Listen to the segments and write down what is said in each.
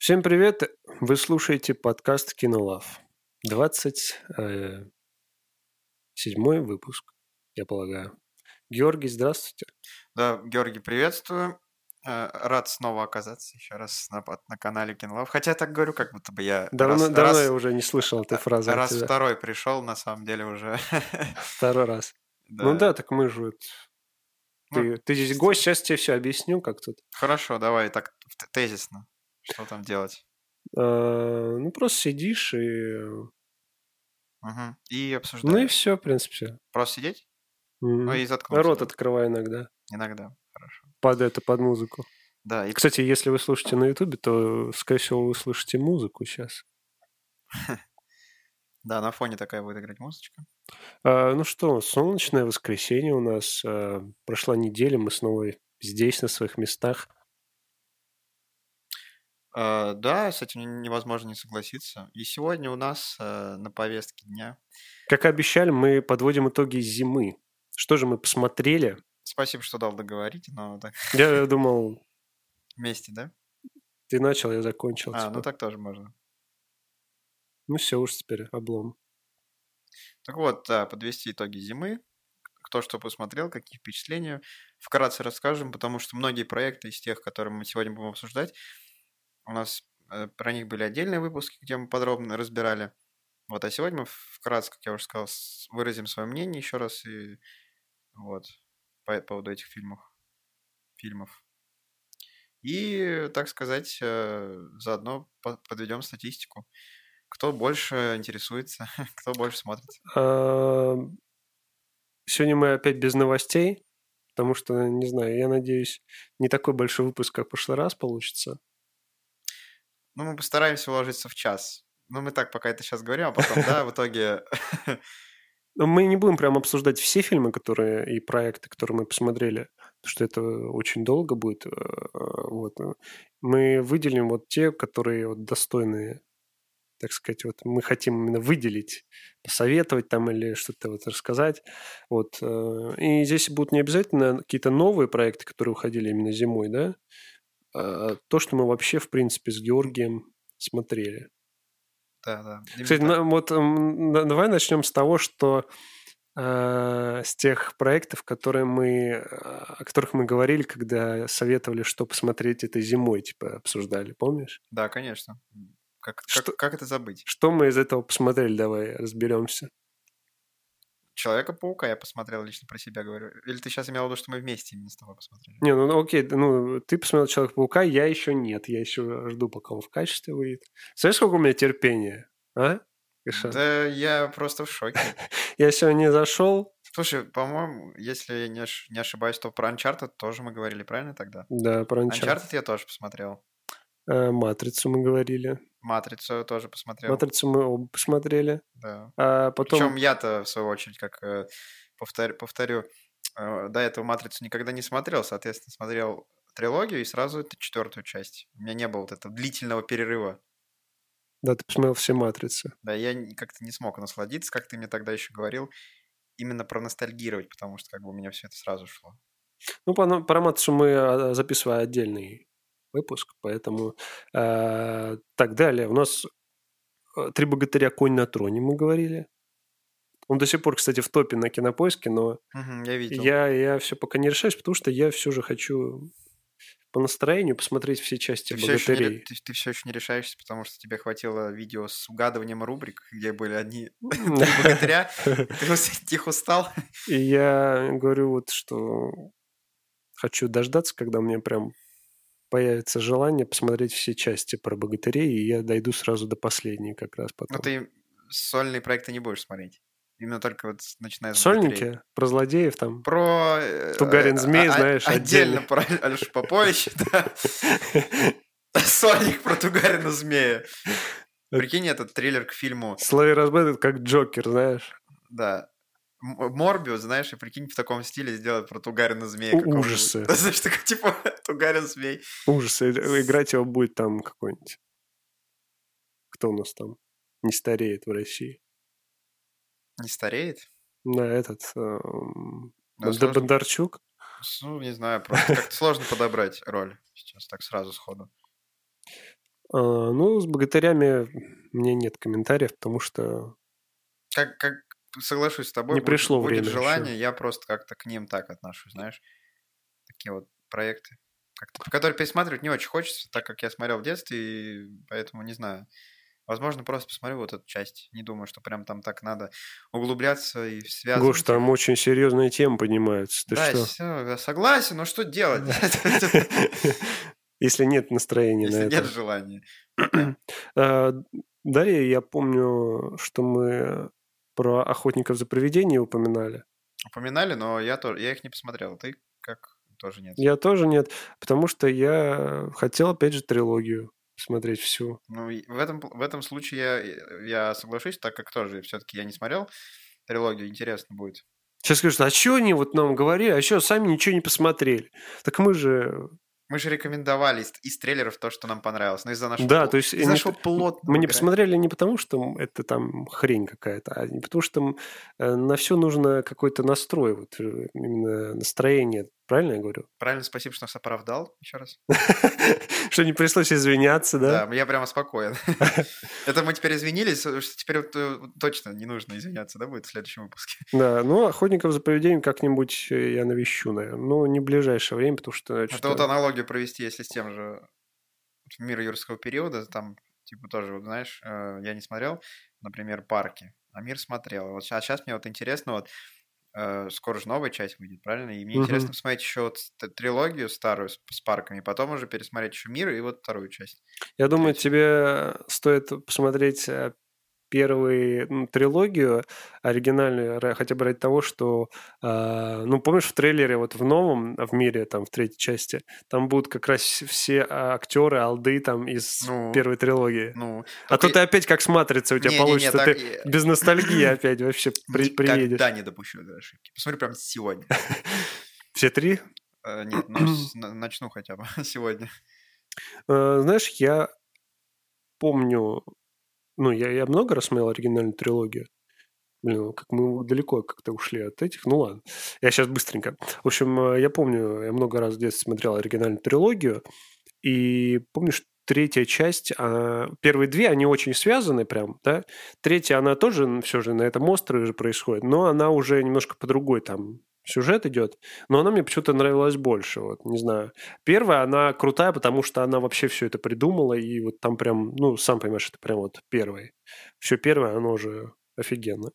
Всем привет! Вы слушаете подкаст «Кинолав». 27-й выпуск, я полагаю. Георгий, здравствуйте. Да, Георгий, приветствую. Рад снова оказаться еще раз на канале Кинолав. Хотя я так говорю, как будто бы я Давно я уже не слышал этой фразы от тебя. второй пришел, на самом деле уже. Второй раз. Ну да, Да. так мы же... Ну, Ты здесь гость, сейчас тебе все объясню, как тут. хорошо, давай так тезисно. Что там делать? Ну, просто сидишь и... Мгм. И Ну и обсуждаем. все, в принципе. Просто сидеть? Ну Мгм. и заткнуться, Рот да? открывай иногда Иногда. Хорошо. под музыку. Да, и Кстати, если вы слушаете на Ютубе, то, скорее всего, вы слышите музыку сейчас. да, на фоне такая будет играть музычка. Ну что, солнечное воскресенье у нас. Прошла неделя, мы снова здесь, на своих местах. Да, с этим невозможно не согласиться. И сегодня у нас на повестке дня. Как и обещали, мы подводим итоги зимы. Что же мы посмотрели? Спасибо, что дал договорить, но так Я думал, вместе, да? ты начал, я закончил. Ну Типа. так тоже можно. Ну все уж теперь, облом. Так вот, да, подвести итоги зимы, кто что посмотрел, какие впечатления. Вкратце расскажем, потому что многие проекты из тех, которые мы сегодня будем обсуждать, у нас про них были отдельные выпуски, где мы подробно разбирали. Вот, а сегодня мы вкратце, как я уже сказал, выразим свое мнение еще раз и вот по поводу этих фильмов. И, так сказать, заодно подведем статистику. Кто больше интересуется, кто больше смотрит. Сегодня мы опять без новостей, потому что, не знаю, я надеюсь, не такой большой выпуск, как в прошлый раз получится. Ну, мы постараемся уложиться в час. Ну, мы так пока это сейчас говорим, а потом, да, в итоге... Но мы не будем прям обсуждать все фильмы, которые и проекты, которые мы посмотрели, потому что это очень долго будет. Вот. Мы выделим вот те, которые вот достойные, так сказать, вот мы хотим именно выделить, посоветовать там или что-то вот рассказать. Вот. И здесь будут не обязательно какие-то новые проекты, которые уходили именно зимой, да, а то, что мы вообще, в принципе, с Георгием смотрели. Да, Кстати, именно так. вот давай начнем с того, что с тех проектов, о которых мы говорили, когда советовали, что посмотреть этой зимой, типа обсуждали, помнишь? Да, конечно. Что, Как это забыть? что мы из этого посмотрели, давай разберемся. Человека-паука я посмотрел, лично про себя говорю. Или ты сейчас имел в виду, что мы вместе именно с тобой посмотрели? Не, ну окей, ну ты посмотрел Человека-паука, я еще нет, я еще жду, пока он в качестве выйдет. Знаешь, сколько у меня терпения, а? Каша? Да, я просто в шоке. Я сегодня зашел. Слушай, по-моему, если я не ошибаюсь, то про Uncharted тоже мы говорили, правильно тогда? Да, про Uncharted Uncharted. я тоже посмотрел. Матрицу мы говорили. Матрицу тоже посмотрел. Матрицу мы оба посмотрели. Да. А Причем потом... я-то, в свою очередь, как повторю, до этого «Матрицу» никогда не смотрел, соответственно, смотрел трилогию и сразу эту четвертую часть. У меня не было вот этого длительного перерыва. Да, ты посмотрел все «Матрицы». Да, я как-то не смог насладиться, как ты мне тогда еще говорил, именно проностальгировать, потому что как бы у меня все это сразу шло. Ну, про «Матрицу» мы записываем отдельный выпуск, поэтому... Так, далее. У нас «Три богатыря. Конь на троне» мы говорили. Он до сих пор, кстати, в топе на Кинопоиске, но Я видел. я все пока не решаюсь, потому что я все же хочу по настроению посмотреть все части «Богатырей». Ты все еще не решаешься, потому что тебе хватило видео с угадыванием рубрик, где были одни три богатыря, ты их устал. И я говорю вот, что хочу дождаться, когда у меня прям появится желание посмотреть все части про богатырей, и я дойду сразу до последней как раз Но потом. ты сольные проекты не будешь смотреть. Именно только вот начиная с богатырей. Сольники? Про злодеев там? Про... Тугарин-змей, знаешь, отдельно отдельный. про Алешу Поповича, да. Сольник про Тугарина Змея. Прикинь, этот трейлер к фильму. Слои разбит, как Джокер, знаешь. Да. Морбиус, знаешь, и прикинь, в таком стиле сделать про Тугарина Змея какого-нибудь. Ужасы. Да, знаешь, такой, типа, Тугарин Змей. Ужасы. Играть его будет там какой-нибудь. Кто у нас там? Не стареет в России. Не стареет? Да, этот... Да, сложно. Бондарчук. Ну, не знаю, просто как-то сложно подобрать роль сейчас так сразу сходу. Ну, с богатырями у меня нет комментариев, потому что Как соглашусь с тобой, не пришло будет время еще. желание, я просто как-то к ним так отношусь, знаешь. Такие вот проекты, которые пересматривать не очень хочется, так как я смотрел в детстве, и поэтому не знаю. Возможно, просто посмотрю вот эту часть. Не думаю, что прям там так надо углубляться и Гош, связывать их. там очень серьезные темы поднимаются. Ты Да, что? все, я согласен, но что делать? Если нет настроения на Если нет это. желания. Пока. Далее я помню, что мы про охотников за привидениями упоминали. Упоминали, но я их не посмотрел. Ты как? Тоже нет. Я тоже нет, потому что я хотел, опять же, трилогию смотреть всю. Ну, и в этом случае я соглашусь, так как тоже все-таки я не смотрел трилогию, интересно будет. Сейчас скажут, а что они вот нам говорили, а что сами ничего не посмотрели? Так мы же... Мы же рекомендовали из трейлеров то, что нам понравилось, но из-за Да, то есть нашего мы плотного не графика. посмотрели не потому, что это там хрень какая-то, а не потому, что на все нужно какой-то настрой, вот именно настроение. Правильно я говорю? Правильно, спасибо, что нас оправдал еще раз. Что не пришлось извиняться, да? Да, я прямо спокоен. Это мы теперь извинились, что теперь точно не нужно извиняться, да, будет в следующем выпуске. Да, ну, охотников за привидениями как-нибудь я навещу, наверное. Ну, не в ближайшее время, потому что... Это вот аналогию провести, если с тем же «Мир юрского периода», там, типа, тоже, вот, знаешь, я не смотрел, например, «Парки», а «Мир» смотрел. Вот сейчас мне вот интересно, вот, скоро же новая часть выйдет, правильно? И мне интересно посмотреть еще вот трилогию старую с парками, потом уже пересмотреть еще «Мир» и вот вторую часть. Я думаю, тебе стоит посмотреть первую трилогию оригинальную, хотя бы ради того, что, ну, помнишь, в трейлере вот в новом, в «Мире», там, в третьей части, там будут как раз все актеры, алды там из первой трилогии. А то ты опять как с «Матрицей» у тебя получится, ты без ностальгии опять вообще приедешь. Никогда не допущу этой ошибки. Посмотри прямо сегодня. Все три? Нет, ну, начну хотя бы сегодня. Знаешь, я помню, ну, я много раз смотрел оригинальную трилогию. Блин, как мы далеко как-то ушли от этих. Ну ладно, я сейчас быстренько. В общем, я помню, я много раз в детстве смотрел оригинальную трилогию, и помню, что третья часть, первые две, они очень связаны прям, да. Третья, она тоже все же на этом острове же происходит, но она уже немножко по другой там сюжет идет, но она мне почему-то нравилась больше, вот, не знаю. Первая, она крутая, потому что она вообще все это придумала, и вот там прям, ну, сам понимаешь, это прям вот первый. Все первое, оно уже офигенно.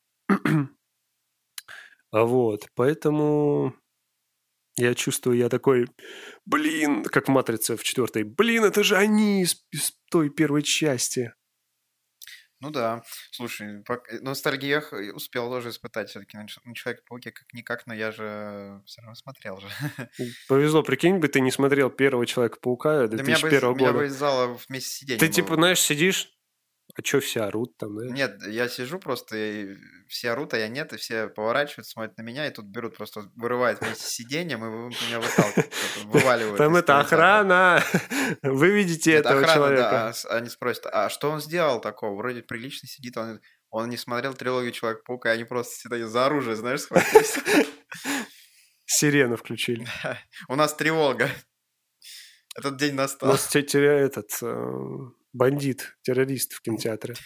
Вот, поэтому я чувствую, я такой, блин, как в «Матрице» в четвертой, блин, это же они из той первой части. Ну да, слушай, ностальгию я успел тоже испытать все-таки на Человеке-пауке как-никак, но я же все равно смотрел же. Повезло, прикинь бы, ты не смотрел первого Человека-паука Да 2001 меня бы года. из зала вместе с сиденьем Ты типа, было. знаешь, сидишь, а чё все орут там, знаешь? Нет, я сижу просто, и все орут, а я нет, и все поворачиваются, смотрят на меня, и тут берут, просто вырывают вместе с сиденьем, и меня выталкивают, вываливают Там из это кинотеатра. охрана, вы видите Нет, этого охрана, человека. да, они спросят, а что он сделал такого? Вроде прилично сидит, он не смотрел трилогию Человек-паука, и они просто всегда за оружие, знаешь, схватились. Сирену включили. У нас тревога. Этот день У настал. нас этот бандит, террорист в кинотеатре.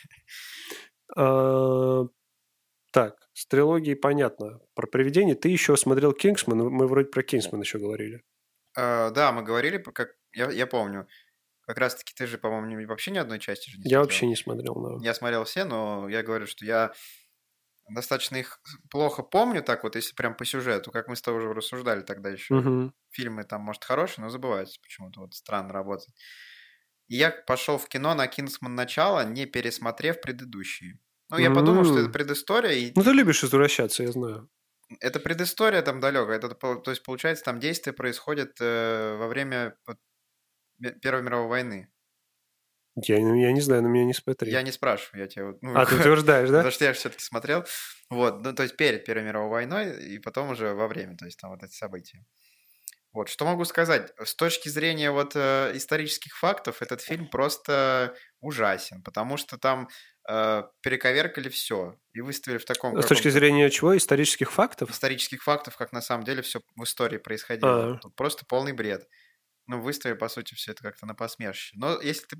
Так, с трилогией понятно. Про привидение. Ты еще смотрел «Кингсман». Мы вроде про «Кингсман» еще говорили. Да, мы говорили, как я помню. Как раз-таки ты же, по-моему, вообще ни одной части же не Я смотрел. вообще не смотрел, да. Я смотрел все, но я говорю, что я достаточно их плохо помню, так вот, если прям по сюжету, как мы с тобой уже рассуждали тогда еще. Угу. Фильмы там, может, хорошие, но забываются почему-то, вот странно работает. И я пошел в кино на «Кингсман. Начало», не пересмотрев предыдущие. Ну, я подумал, что это предыстория. И Ну, ты любишь извращаться, я знаю. это предыстория там далекая. То есть, получается, там действия происходят во время Первой мировой войны. Я не знаю, на меня не смотри. Я не спрашиваю, я тебя... Ну, ты утверждаешь, да? потому что я же все-таки смотрел. Вот, ну, то есть перед Первой мировой войной и потом уже во время, то есть там вот эти события. Вот, что могу сказать? С точки зрения вот исторических фактов, этот фильм просто ужасен, потому что там перековеркали все и выставили в таком С точки зрения чего? Исторических фактов? исторических фактов, как на самом деле все в истории происходило. Тут просто полный бред. Ну, выставили, по сути, все это как-то на посмешище. Но если ты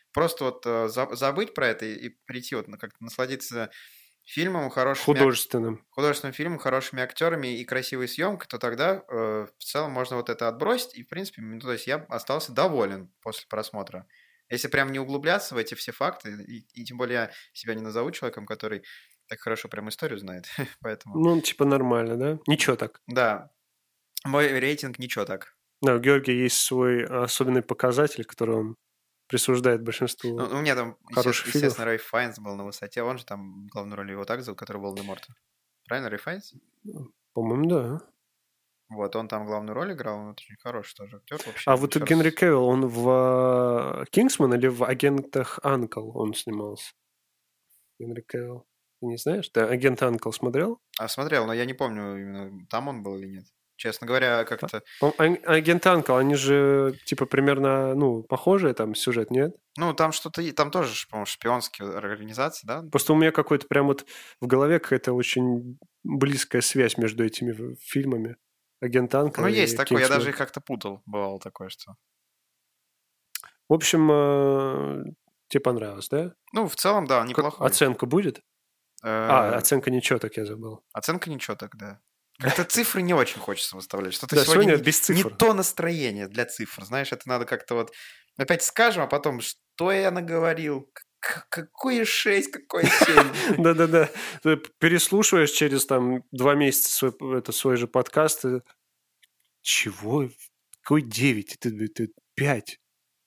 просто вот забыть про это и прийти вот как-то насладиться фильмом, Художественным. художественным фильмом, хорошими актерами и красивой съемкой, то тогда в целом можно вот это отбросить, и, в принципе, ну, то есть я остался доволен после просмотра. Если прям не углубляться в эти все факты, и тем более я себя не назову человеком, который так хорошо прям историю знает, поэтому... Ну, типа нормально, да? Ничего так. Да, мой рейтинг ничего так. Да, у Георгия есть свой особенный показатель, который он присуждает Ну, большинству у меня там, хороших естественно, фильмов. Рэй Файнс был на высоте, он же там главную роль его так зовут, который Волан-де-Морта. Правильно, Рэй Файнс? По-моему, да. Вот, он там главную роль играл, он очень хороший тоже актер вообще. А вот Еще Генри раз... Кевилл, он в «Кингсман» или в «Агентах Анкл» он снимался? Генри Кевилл. Ты не знаешь? Ты «Агент Анкл» смотрел? Смотрел, но я не помню, именно там он был или нет. Честно говоря, как-то... «Агент Анкл», они же типа примерно, ну, похожие там сюжет, нет? Ну, там что-то... Там тоже, по-моему, шпионские организации, да? Просто у меня какой-то прям вот в голове какая-то очень близкая связь между этими фильмами. «Агент Анкл» Ну, есть и такое, я даже «Кингсман». их как-то путал. Бывало такое, что... В общем, тебе понравилось, да? Ну, в целом, да, неплохой. Оценка будет? Э, Оценка ничего, так я забыл. Оценка ничего так, да. Как-то цифры не очень хочется выставлять. Что-то Да, сегодня сегодня без не цифр. то настроение для цифр. Знаешь, это надо как-то вот... Опять скажем, а потом, что я наговорил? Какое 6, какое 7? Да-да-да. Ты переслушиваешь через там 2 месяца свой же подкаст. Чего? Какой 9? Это 5.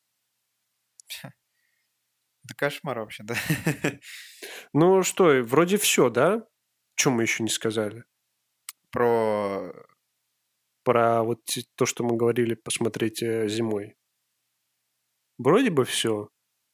Это кошмар вообще, да? Ну что, вроде все, да? Что мы еще не сказали? Про... Про вот то, что мы говорили посмотреть зимой. Вроде бы все.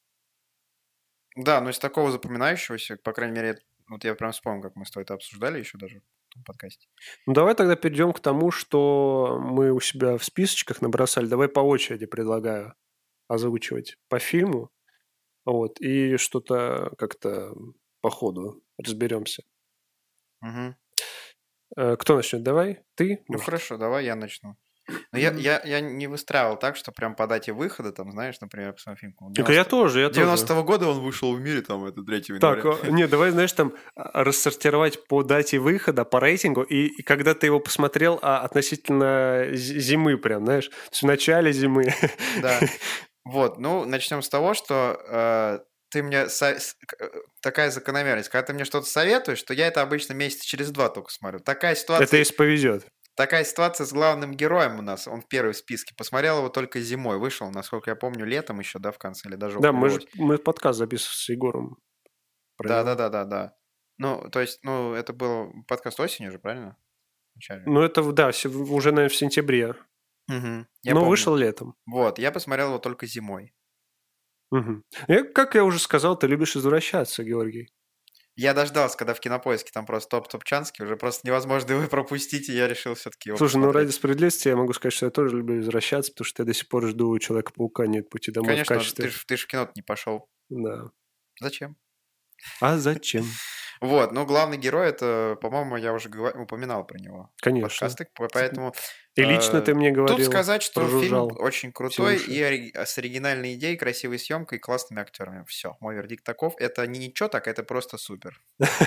Да, но из такого запоминающегося, по крайней мере, вот я прям вспомнил, как мы с тобой это обсуждали еще даже в том подкасте. Ну давай тогда перейдем к тому, что мы у себя в списочках набросали. Давай по очереди предлагаю озвучивать по фильму. Вот, и что-то как-то по ходу разберемся. Угу. Кто начнет? Давай? Ты, Ну может? хорошо, давай я начну. Но я не выстраивал так, что прям по дате выхода, там, знаешь, например, я посмотрел фильм, Так я тоже, я тоже. 90-го года он вышел в мире, там, это 3 Так, января. не, давай, знаешь, там рассортировать по дате выхода, по рейтингу, и когда ты его посмотрел относительно зимы прям, знаешь, то есть в начале зимы. Да. Вот, ну, начнем с того, что ты мне... такая закономерность. Когда ты мне что-то советуешь, то я это обычно месяца через 2 только смотрю. Это если повезет. Такая ситуация с главным героем у нас. Он первый в списке. Посмотрел его только зимой. Вышел, насколько я помню, летом еще, да, в конце, или даже Да, около осени. мы подкаст записывали с Егором про него. Да. Ну, то есть, ну, это был подкаст осенью же, правильно? Вначале. Ну, это, да, уже, наверное, в сентябре. Угу, я Но помню. вышел летом. Вот, я посмотрел его только зимой. Угу. Как я уже сказал, ты любишь извращаться, Георгий. Я дождался, когда в Кинопоиске там просто топ-топчанский, уже просто невозможно его пропустить, и я решил все-таки его Слушай, ну посмотреть. ради справедливости я могу сказать, что я тоже люблю извращаться, потому что я до сих пор жду Человека-паука «Нет пути домой» в Конечно, качестве... ты ж в кино не пошел. Да. Зачем? А зачем? Вот, ну, главный герой, это, по-моему, я уже упоминал про него в Конечно. подкастах, поэтому... И лично ты мне говорил, тут сказать, что фильм прожужжал очень крутой и с оригинальной идеей, красивой съемкой и классными актерами. Все, мой вердикт таков. Это не ничего так, это просто супер.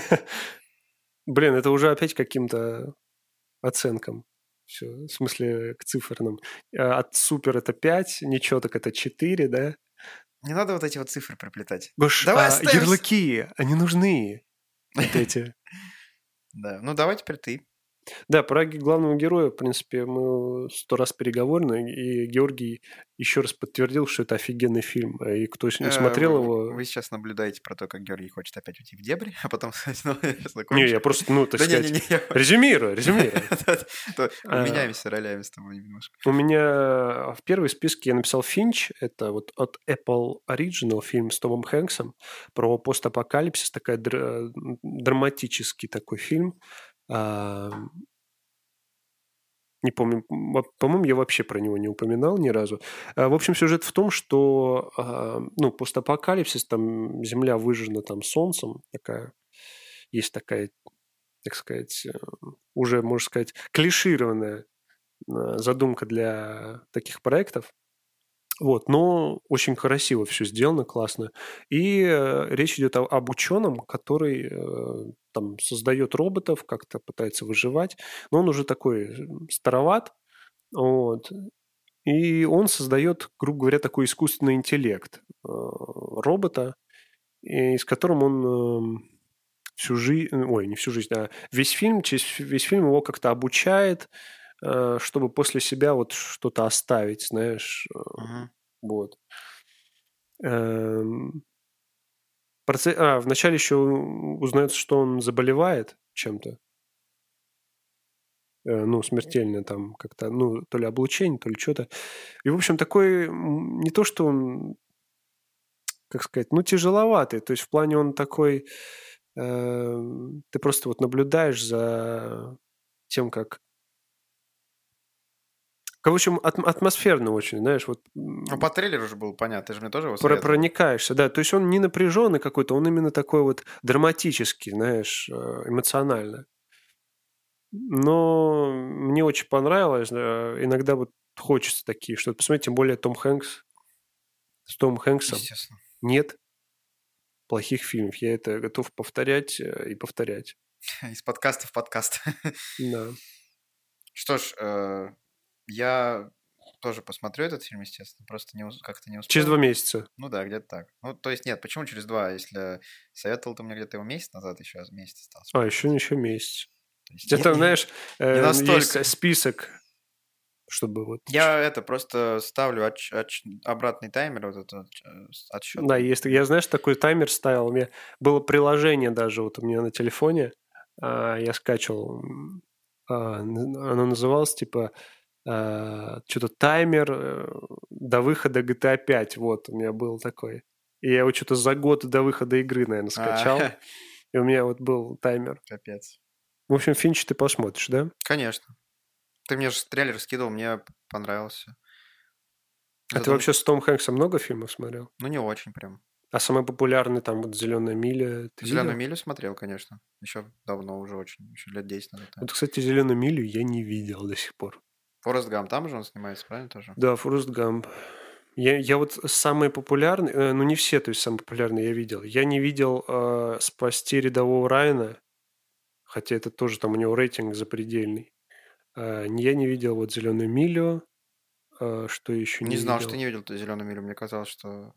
Блин, это уже опять каким-то оценкам. Все, в смысле, к циферным. От супер это 5, ничего так это 4, да? Не надо вот эти вот цифры приплетать. Гош, Давай оставим... ярлыки, они нужны. Вот эти. Да, ну давай теперь ты. Да, про главного героя, в принципе, мы 100 раз переговорны, и Георгий еще раз подтвердил, что это офигенный фильм. И кто не смотрел его... Вы сейчас наблюдаете про то, как Георгий хочет опять уйти в дебри, а потом закончить. Не, я просто, ну, так Да сказать, не. резюмирую. Меняемся ролями с тобой немножко. У меня в первом списке я написал «Финч». Это вот от Apple Original фильм с Томом Хэнксом про постапокалипсис. Такой драматический такой фильм. Не помню, по-моему, я вообще про него не упоминал ни разу. В общем, сюжет в том, что ну, постапокалипсис, там Земля выжжена там солнцем, такая, есть такая, так сказать, уже, можно сказать, клишированная задумка для таких проектов. Вот, но очень красиво все сделано, классно. И речь идет об ученом, который там создает роботов, как-то пытается выживать, но он уже такой староват, вот, и он создает, грубо говоря, такой искусственный интеллект робота, и с которым он всю жизнь, ой, не всю жизнь, а весь фильм, через весь фильм его как-то обучает, чтобы после себя вот что-то оставить, знаешь, Мгм. вот. Эм, вначале еще узнается, что он заболевает чем-то, ну, смертельно там как-то, ну, то ли облучение, то ли что-то. И, в общем, такой, не то, что он, как сказать, ну, тяжеловатый, то есть в плане он такой, ты просто вот наблюдаешь за тем, как в общем, атмосферно очень, знаешь, вот Ну, по трейлеру же было понятно, ты же мне тоже его советовал. проникаешься, да. То есть он не напряженный какой-то, он именно такой вот драматический, знаешь, эмоционально. Но мне очень понравилось. Иногда вот хочется такие что-то посмотреть, тем более Том Хэнкс. С Томом Хэнксом Естественно. нет плохих фильмов. Я это готов повторять и повторять. Из подкаста в подкаст. Да. Что ж, я тоже посмотрю этот фильм, естественно, просто как-то не Через 2 успел. месяца. Ну да, где-то так. Ну, то есть нет, почему через 2, если советовал ты мне где-то его месяц назад, еще месяц остался посмотреть. Еще месяц. То есть У тебя там, знаешь, не есть настолько. список, чтобы вот... Я это просто ставлю обратный таймер, вот этот отсчет. Да, есть. Я, знаешь, такой таймер ставил. У меня было приложение даже вот у меня на телефоне. Я скачивал. Оно называлось типа что-то таймер до выхода GTA 5. Вот, у меня был такой. И я его что-то за год до выхода игры, наверное, скачал. И у меня вот был таймер. Капец. В общем, Финч ты посмотришь, да? Конечно. Ты мне же трейлер скидывал, мне понравился. А ты вообще с Том Хэнксом много фильмов смотрел? Ну, не очень прям. А самый популярный там вот «Зеленая миля» ты «Зеленую видел? милю» смотрел, конечно. Еще давно, уже очень, еще лет 10 назад. Вот, кстати, «Зеленую милю» я не видел до сих пор. Форест Гамп, там же он снимается, правильно тоже? Да, Форест Гамп. Я вот самый популярный, ну не все, то есть самые популярные я видел. Я не видел «Спасти рядового Райана», хотя это тоже там у него рейтинг запредельный. Я не видел вот «Зеленую милю», что еще Не не знал, что ты видел. не видел эту «Зеленую милю». Мне казалось, что...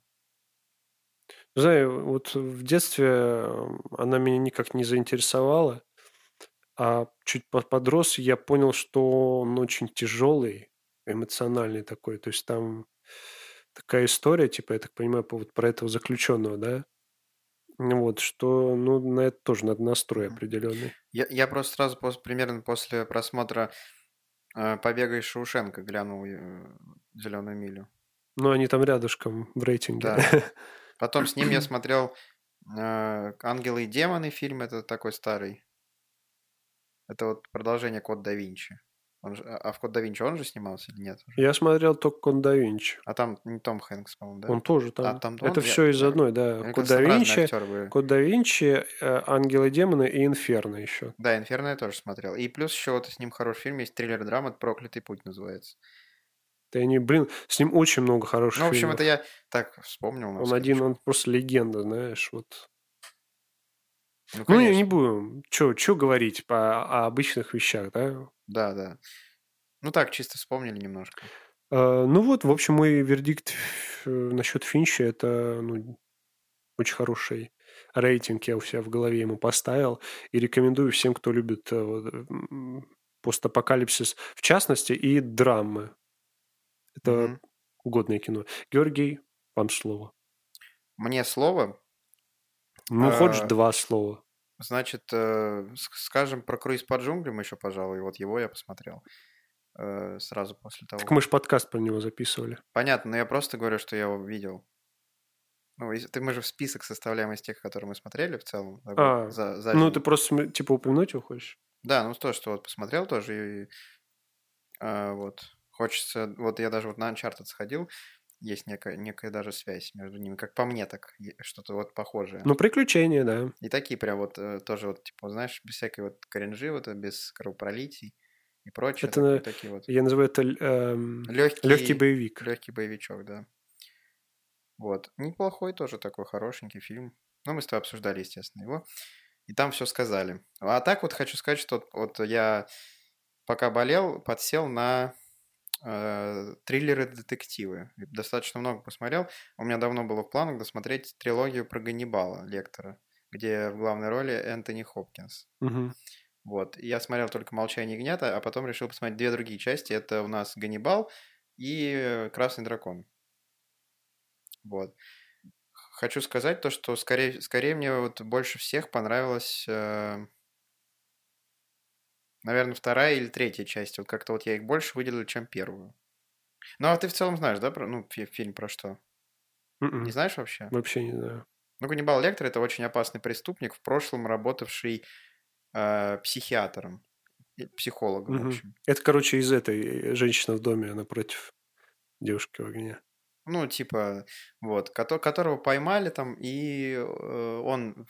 Знаю, вот в детстве она меня никак не заинтересовала, а чуть подрос, я понял, что он очень тяжелый, эмоциональный такой. То есть там такая история, типа, я так понимаю, вот про этого заключенного, да? Вот, что, ну, на это тоже надо настрой Мгм. определенный. Я просто сразу примерно после просмотра «Побега из Шоушенка» глянул «Зеленую милю». Но они там рядышком в рейтинге. Да. Потом с ним я смотрел «Ангелы и демоны» фильм, это такой старый. Это вот продолжение «Код да Винчи». В «Код да Винчи» он же снимался или нет уже? Я смотрел только «Код да Винчи». А там не Том Хэнкс, по-моему, да? Он тоже А там. там Это он? все из одной, да. Мне «Код кажется, да там разные Винчи», актеры были. «Код да Винчи», «Ангелы, демоны» и «Инферно» еще. Да, «Инферно» я тоже смотрел. И плюс еще вот с ним хороший фильм есть, триллер-драма «Проклятый путь» называется. Да они, блин, с ним очень много хороших Ну, в общем, это фильмов. я так вспомнил на Он один, он вскидочку. просто легенда, знаешь, вот. Ну, Ну, не конечно. будем. Чё говорить о обычных вещах, да? Да, да. Ну так, чисто вспомнили немножко. Ну вот, в общем, мой вердикт насчет Финча – это ну, очень хороший рейтинг, я у себя в голове ему поставил. И рекомендую всем, кто любит постапокалипсис, в частности, и драмы. Это Мгм. годное кино. Георгий, вам слово. Мне слово. Ну, хочешь э, 2 слова. Значит, скажем про «Круиз по джунглям» еще, пожалуй. Вот его я посмотрел сразу после Так того. мы же подкаст про него записывали. Понятно, но я просто говорю, что я его видел. Ну, мы же в список составляем из тех, которые мы смотрели в целом за год, за Ну ты зиму. просто типа упомянуть его хочешь? Да, ну то, что вот посмотрел тоже. И, вот хочется... Вот я даже вот на Uncharted сходил. Есть некая даже связь между ними. Как по мне, так что-то вот похожее. Ну, приключения, да. И такие прям вот тоже вот, типа, знаешь, без всякой вот кринжи, вот, без кровопролитий и прочее. Это, Такие вот я называю это легкий легкий, боевик. легкий боевичок, да. Вот. Неплохой тоже такой хорошенький фильм. Ну, мы с тобой обсуждали, естественно, его. И там все сказали. А так вот хочу сказать, что вот я пока болел, подсел на триллеры-детективы. Достаточно много посмотрел. У меня давно было в планах досмотреть трилогию про Ганнибала Лектора, где в главной роли Энтони Хопкинс. Мгм. Вот. И я смотрел только «Молчание ягнята», а потом решил посмотреть две другие части. Это у нас «Ганнибал» и «Красный дракон». Вот. Хочу сказать то, что скорее мне вот больше всех понравилась, наверное, вторая или третья часть. Вот как-то вот я их больше выделил, чем первую. Ну, а ты в целом знаешь, да, ну, фильм про что? Не Мгм. знаешь вообще? Вообще не знаю. Ну, Ганнибал Лектор — это очень опасный преступник, в прошлом работавший психиатром, психологом, в Мгм. общем. Это, короче, из этой «Женщина в доме» напротив «Девушки в огне». Ну, типа, вот, которого поймали там, и он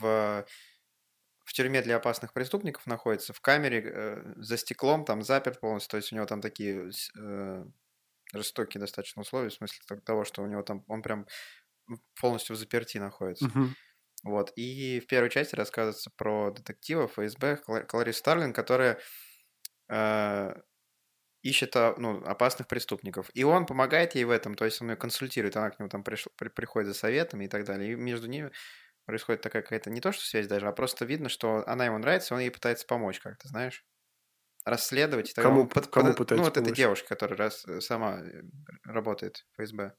в тюрьме для опасных преступников находится, в камере за стеклом, там заперт полностью, то есть у него там такие жестокие достаточно условия, в смысле того, что у него там, он прям полностью в заперти находится. Мгм. Вот. И в первой части рассказывается про детектива ФСБ Кларис Старлинг, которая э, ищет ну, опасных преступников. И он помогает ей в этом, то есть он ее консультирует, она к нему там приходит за советами и так далее. И между ними происходит такая какая-то не то что связь даже, а просто видно, что она ему нравится, и он ей пытается помочь как-то, знаешь, расследовать. И так Кому, он кому ну, пытается вот этой помочь? девушке, которая сама работает в ФСБ.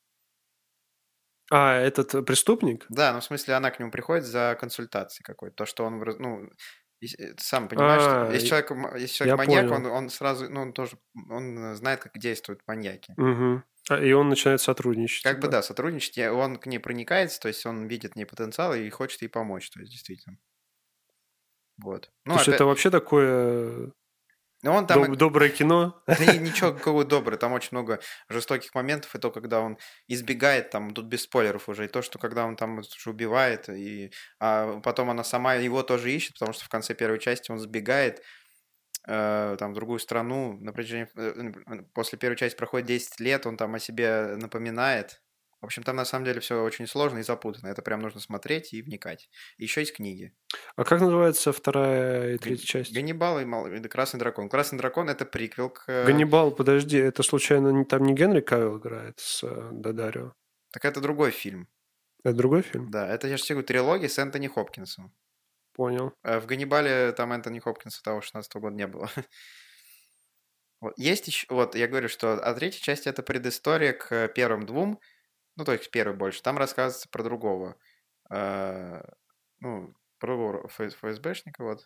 А, этот преступник? Да, ну в смысле она к нему приходит за консультацией какой-то. То, что он, ну, ты сам понимаешь, что А, если человек я маньяк, понял. он сразу, ну, он тоже, он знает, как действуют маньяки. Мгм. И он начинает сотрудничать, Как бы, типа. да, сотрудничать, и он к ней проникается, то есть он видит в ней потенциал и хочет ей помочь, то есть действительно. Вот. Ну, То есть это опять, вообще такое ну, он там, доброе кино? да и ничего какого доброго, там очень много жестоких моментов, и то, когда он избегает, там, тут без спойлеров уже, и то, что когда он там уже убивает, и потом она сама его тоже ищет, потому что в конце первой части он сбегает, там, в другую страну, на протяжении, после первой части проходит 10 лет, он там о себе напоминает. В общем, там на самом деле все очень сложно и запутанно. Это прям нужно смотреть и вникать. Еще есть книги. А как называется вторая и третья часть? Ганнибал и, и Красный дракон. Красный дракон — это приквел к... Ганнибал, подожди, это случайно там не Генри Кавилл играет с Додарио? Так это другой фильм. Это другой фильм? Да, это, я же тебе говорю, трилогия с Энтони Хопкинсом. Понял. В Ганнибале там Энтони Хопкинса того 16 года не было. Вот. Есть еще... Вот, я говорю, что... А третья часть — это предыстория к первым двум. Ну, то есть первый больше. Там рассказывается про другого. э, Ну, про ФСБшника, вот.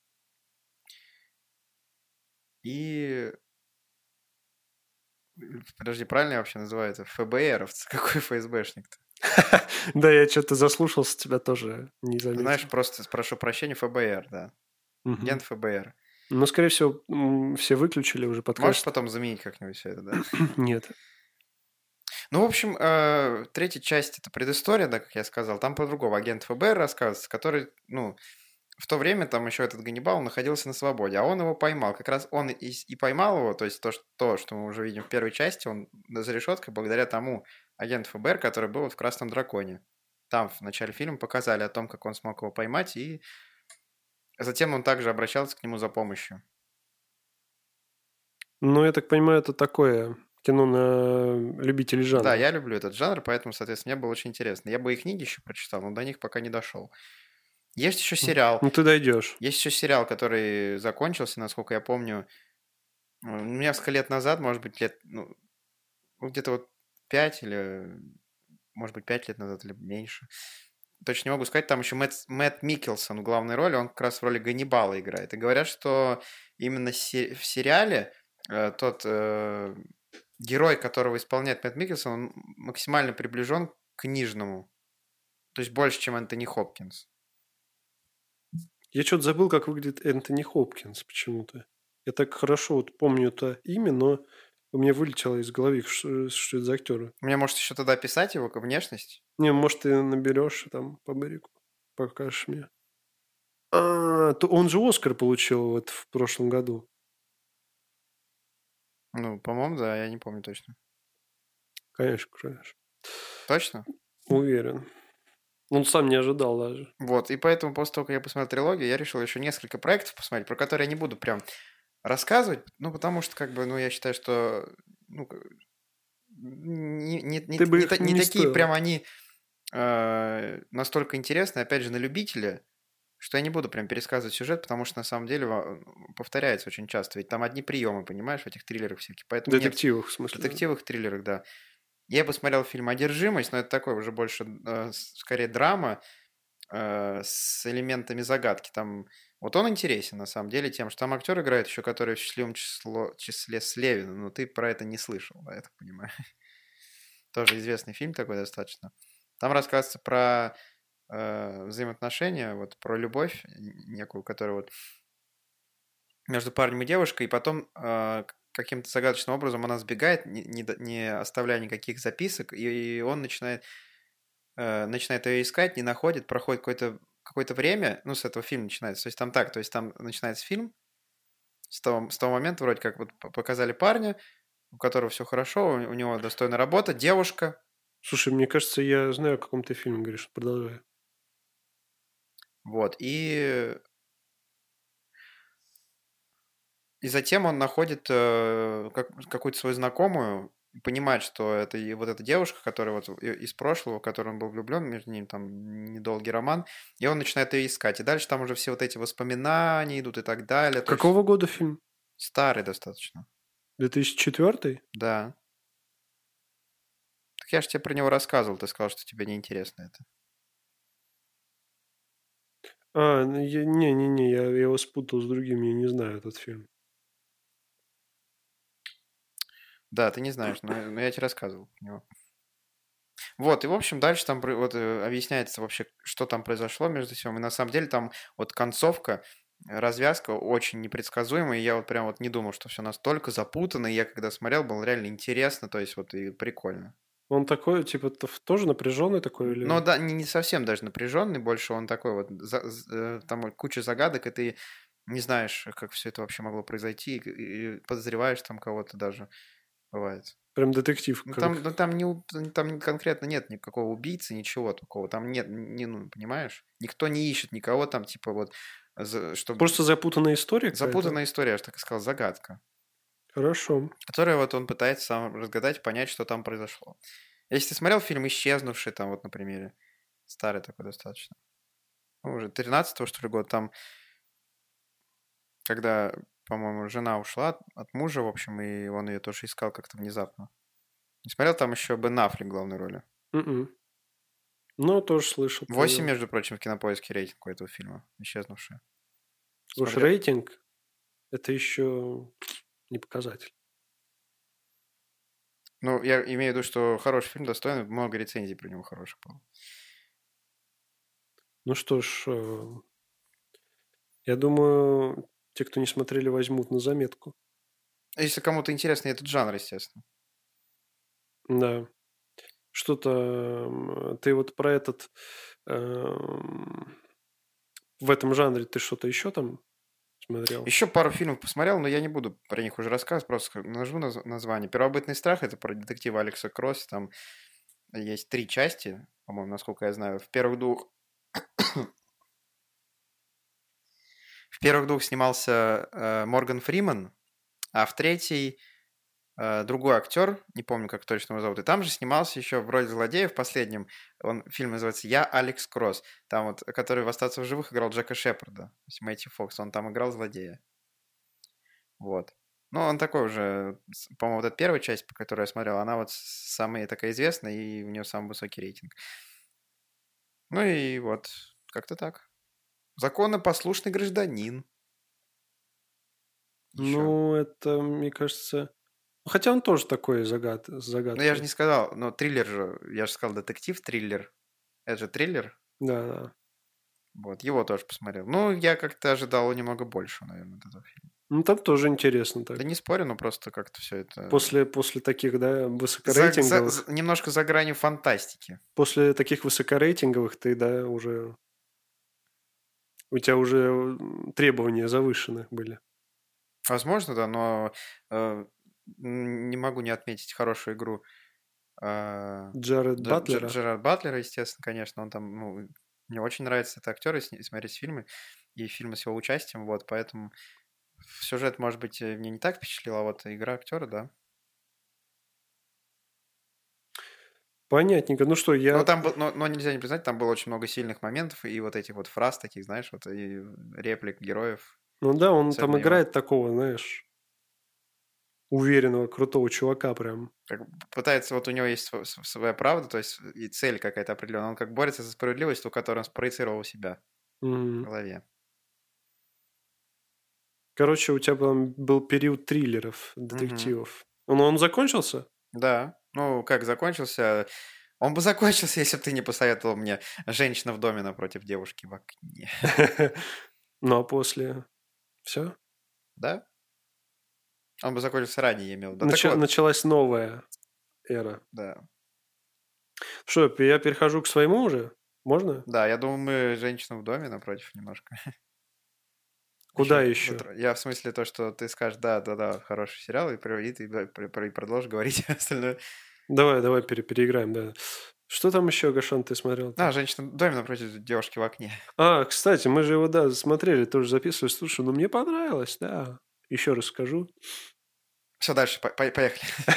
И... Подожди, правильно вообще называется? ФБРовцы. Какой ФСБшник-то? Да, я что-то заслушался, тебя тоже не Знаешь, заметил. просто прошу прощения, ФБР, да. Мгм. Агент ФБР. Ну, скорее всего, все выключили уже Можешь подкаст. потом заменить как-нибудь все это, да? Нет. Ну, в общем, третья часть — это предыстория, да, как я сказал. Там по-другому агент ФБР рассказывается, который, ну, в то время там еще этот Ганнибал находился на свободе, а он его поймал. Как раз он и поймал его, то есть то, что мы уже видим в первой части, он за решеткой благодаря тому агенту ФБР, который был вот в «Красном драконе». Там в начале фильма показали о том, как он смог его поймать, и затем он также обращался к нему за помощью. Ну, я так понимаю, это такое кино на любителей Да, жанра. я люблю этот жанр, поэтому, соответственно, мне было очень интересно. Я бы и книги еще прочитал, но до них пока не дошел. Есть еще сериал. Ну, ты дойдешь. Есть еще сериал, который закончился, насколько я помню, несколько лет назад, может быть, ну, где-то вот 5 или, может быть, 5 лет назад или меньше. Точно не могу сказать. Там еще Мэтт Миккелсон в главной роли, он как раз в роли Ганнибала играет. И говорят, что именно в сериале тот герой, которого исполняет Мэтт Миккелсон, он максимально приближен к книжному. То есть больше, чем Энтони Хопкинс. Я что-то забыл, как выглядит Энтони Хопкинс почему-то. Я так хорошо вот помню это имя, но у меня вылетело из головы, что это за актер. Мне, может, еще тогда описать его внешность? Не, может, ты наберешь там по берегу, покажешь мне. То он же Оскар получил вот в прошлом году. Ну, по-моему, да, я не помню точно. Конечно, конечно. Точно? Уверен. Он сам не ожидал даже. Вот, и поэтому после того, как я посмотрел трилогию, я решил еще несколько проектов посмотреть, про которые я не буду прям рассказывать, ну, потому что, как бы, ну, я считаю, что ну, Ты бы их не не такие стоило. прям они настолько интересные, опять же, на любителя, что я не буду прям пересказывать сюжет, потому что на самом деле повторяется очень часто. Ведь там одни приемы, понимаешь, в этих триллерах всяких. В Поэтому нет, детективах, в в смысле. детективах, триллерах, да. Я посмотрел фильм «Одержимость», но это такой уже больше, скорее, драма с элементами загадки. Там вот он интересен, на самом деле, тем, что там актер играет еще, который в счастливом числе Слевина, но ты про это не слышал, да, я так понимаю. Тоже известный фильм такой достаточно. Там рассказывается про взаимоотношения, вот про любовь некую, которая вот между парнем и девушкой, и потом каким-то загадочным образом она сбегает, не оставляя никаких записок, и он начинает ее искать, не находит, проходит какое-то время, ну, с этого фильма начинается. То есть там начинается фильм, с того момента вроде как вот показали парня, у которого все хорошо, у него достойная работа, девушка, Слушай, мне кажется, я знаю, о каком ты фильме говоришь. Продолжай. вот, и затем он находит какую-то свою знакомую, и понимает, что это и вот эта девушка, которая вот из прошлого, в которую он был влюблен, между ними там недолгий роман, и он начинает ее искать. И дальше там уже все вот эти воспоминания идут и так далее. То есть Какого года фильм? старый достаточно. 2004? Да. Так я же тебе про него рассказывал, ты сказал, что тебе неинтересно это. Не-не-не, я его спутал с другим, я не знаю этот фильм. Да, ты не знаешь, но я тебе рассказывал про него. Вот, и, в общем, дальше там вот объясняется вообще, что там произошло между всем. И на самом деле там вот концовка, развязка очень непредсказуемая. И я вот прям вот не думал, что все настолько запутанно. И я когда смотрел, было реально интересно, то есть вот и прикольно. Он такой, типа, тоже напряженный такой Но или... да, не совсем даже напряженный, больше он такой вот, там вот куча загадок, и ты не знаешь, как все это вообще могло произойти, и подозреваешь там кого-то даже, бывает. Прям детектив как... Ну, там конкретно нет никакого убийцы, ничего такого. Там нет, не, ну, понимаешь? Никто не ищет никого там, типа вот, чтобы... Просто запутанная история какая-то? Запутанная история, я же так и сказал, загадка. Хорошо. Которую вот он пытается сам разгадать, понять, что там произошло. Если ты смотрел фильм «Исчезнувший», там вот на примере, старый такой достаточно, ну, уже 13-го, что ли, год, там, когда, по-моему, жена ушла от мужа, в общем, и он ее тоже искал как-то внезапно. Не смотрел, там еще Бен Аффлек в главной роли. М-м. Ну, тоже слышал про 8, него. между прочим, в Кинопоиске рейтинг у этого фильма «Исчезнувшие». Уж Смотрел? рейтинг, это еще не показатель. Ну, я имею в виду, что хороший фильм, достойный, много рецензий про него хороших было. Ну что ж, я думаю, те, кто не смотрели, возьмут на заметку. Если кому-то интересно этот жанр, естественно. Да. Что-то ты вот про этот в этом жанре ты что-то еще там смотрел? Еще пару фильмов посмотрел, но я не буду про них уже рассказывать, просто нажму название. «Первобытный страх» — это про детектива Алекса Кросса, там есть 3 части, по-моему, насколько я знаю. В первых двух снимался Морган Фриман, а в третьей другой актер, не помню, как точно его зовут, и там же снимался еще в роли злодея в последнем, фильм называется «Я Алекс Кросс», там вот, который в «Остаться в живых» играл Джека Шепарда, то есть Мэтью Фокс, он там играл злодея, вот. Ну, он такой уже, по-моему, вот эта первая часть, по которой я смотрел, она вот самая такая известная, и у нее самый высокий рейтинг. Ну и вот, как-то так. Законопослушный гражданин еще. Ну, это, мне кажется... Хотя он тоже такой с Ну, я же не загадкой. сказал, но триллер же, я же сказал детектив-триллер. Это же триллер. Да, да. Вот, его тоже посмотрел. Ну, я как-то ожидал немного больше, наверное, от этого фильма. Ну, там тоже интересно Да так. не спорю, но просто как-то все это... После таких, да, высокорейтинговых, Немножко за гранью фантастики. после таких высокорейтинговых ты, да, уже... У тебя уже требования завышены были. Возможно, да, но не могу не отметить хорошую игру Джаред Батлера. Джерард Батлера, естественно, конечно, он там, ну, мне очень нравится этот актер и смотреть фильмы, и фильмы с его участием, вот, поэтому сюжет, может быть, мне не так впечатлил, а вот игра актера, да. Понятненько. Ну что, Но там, но нельзя не признать, там было очень много сильных моментов и вот этих вот фраз таких, знаешь, вот и реплик героев, Ну да, он там особенно его. играет такого, знаешь, уверенного, крутого чувака прям. Как бы пытается, вот у него есть своя правда, то есть и цель какая-то определенная. Он как борется за справедливость, ту, которую он спроецировал у себя в голове. Короче, у тебя был период триллеров, детективов. Он закончился? Да. Ну, как закончился? Он бы закончился, если бы ты не посоветовал мне «Женщина в доме напротив девушки в окне». Ну, а после? Все? Да? Он бы закончился ранее, я имел в виду. Так вот, Началась новая эра. да. Что, я перехожу к своему уже? Можно? Да, я думаю, мы «Женщину в доме напротив» немножко. Куда еще? Я в смысле то, что ты скажешь, да, хороший сериал, и ты продолжишь говорить остальное. Давай переиграем, да. Что там еще, Гашан, ты смотрел? «Женщина в доме напротив девушки в окне». Кстати, мы же его, да, смотрели, тоже записывали. Слушай, ну мне понравилось, да. Еще раз скажу. Все, дальше, поехали.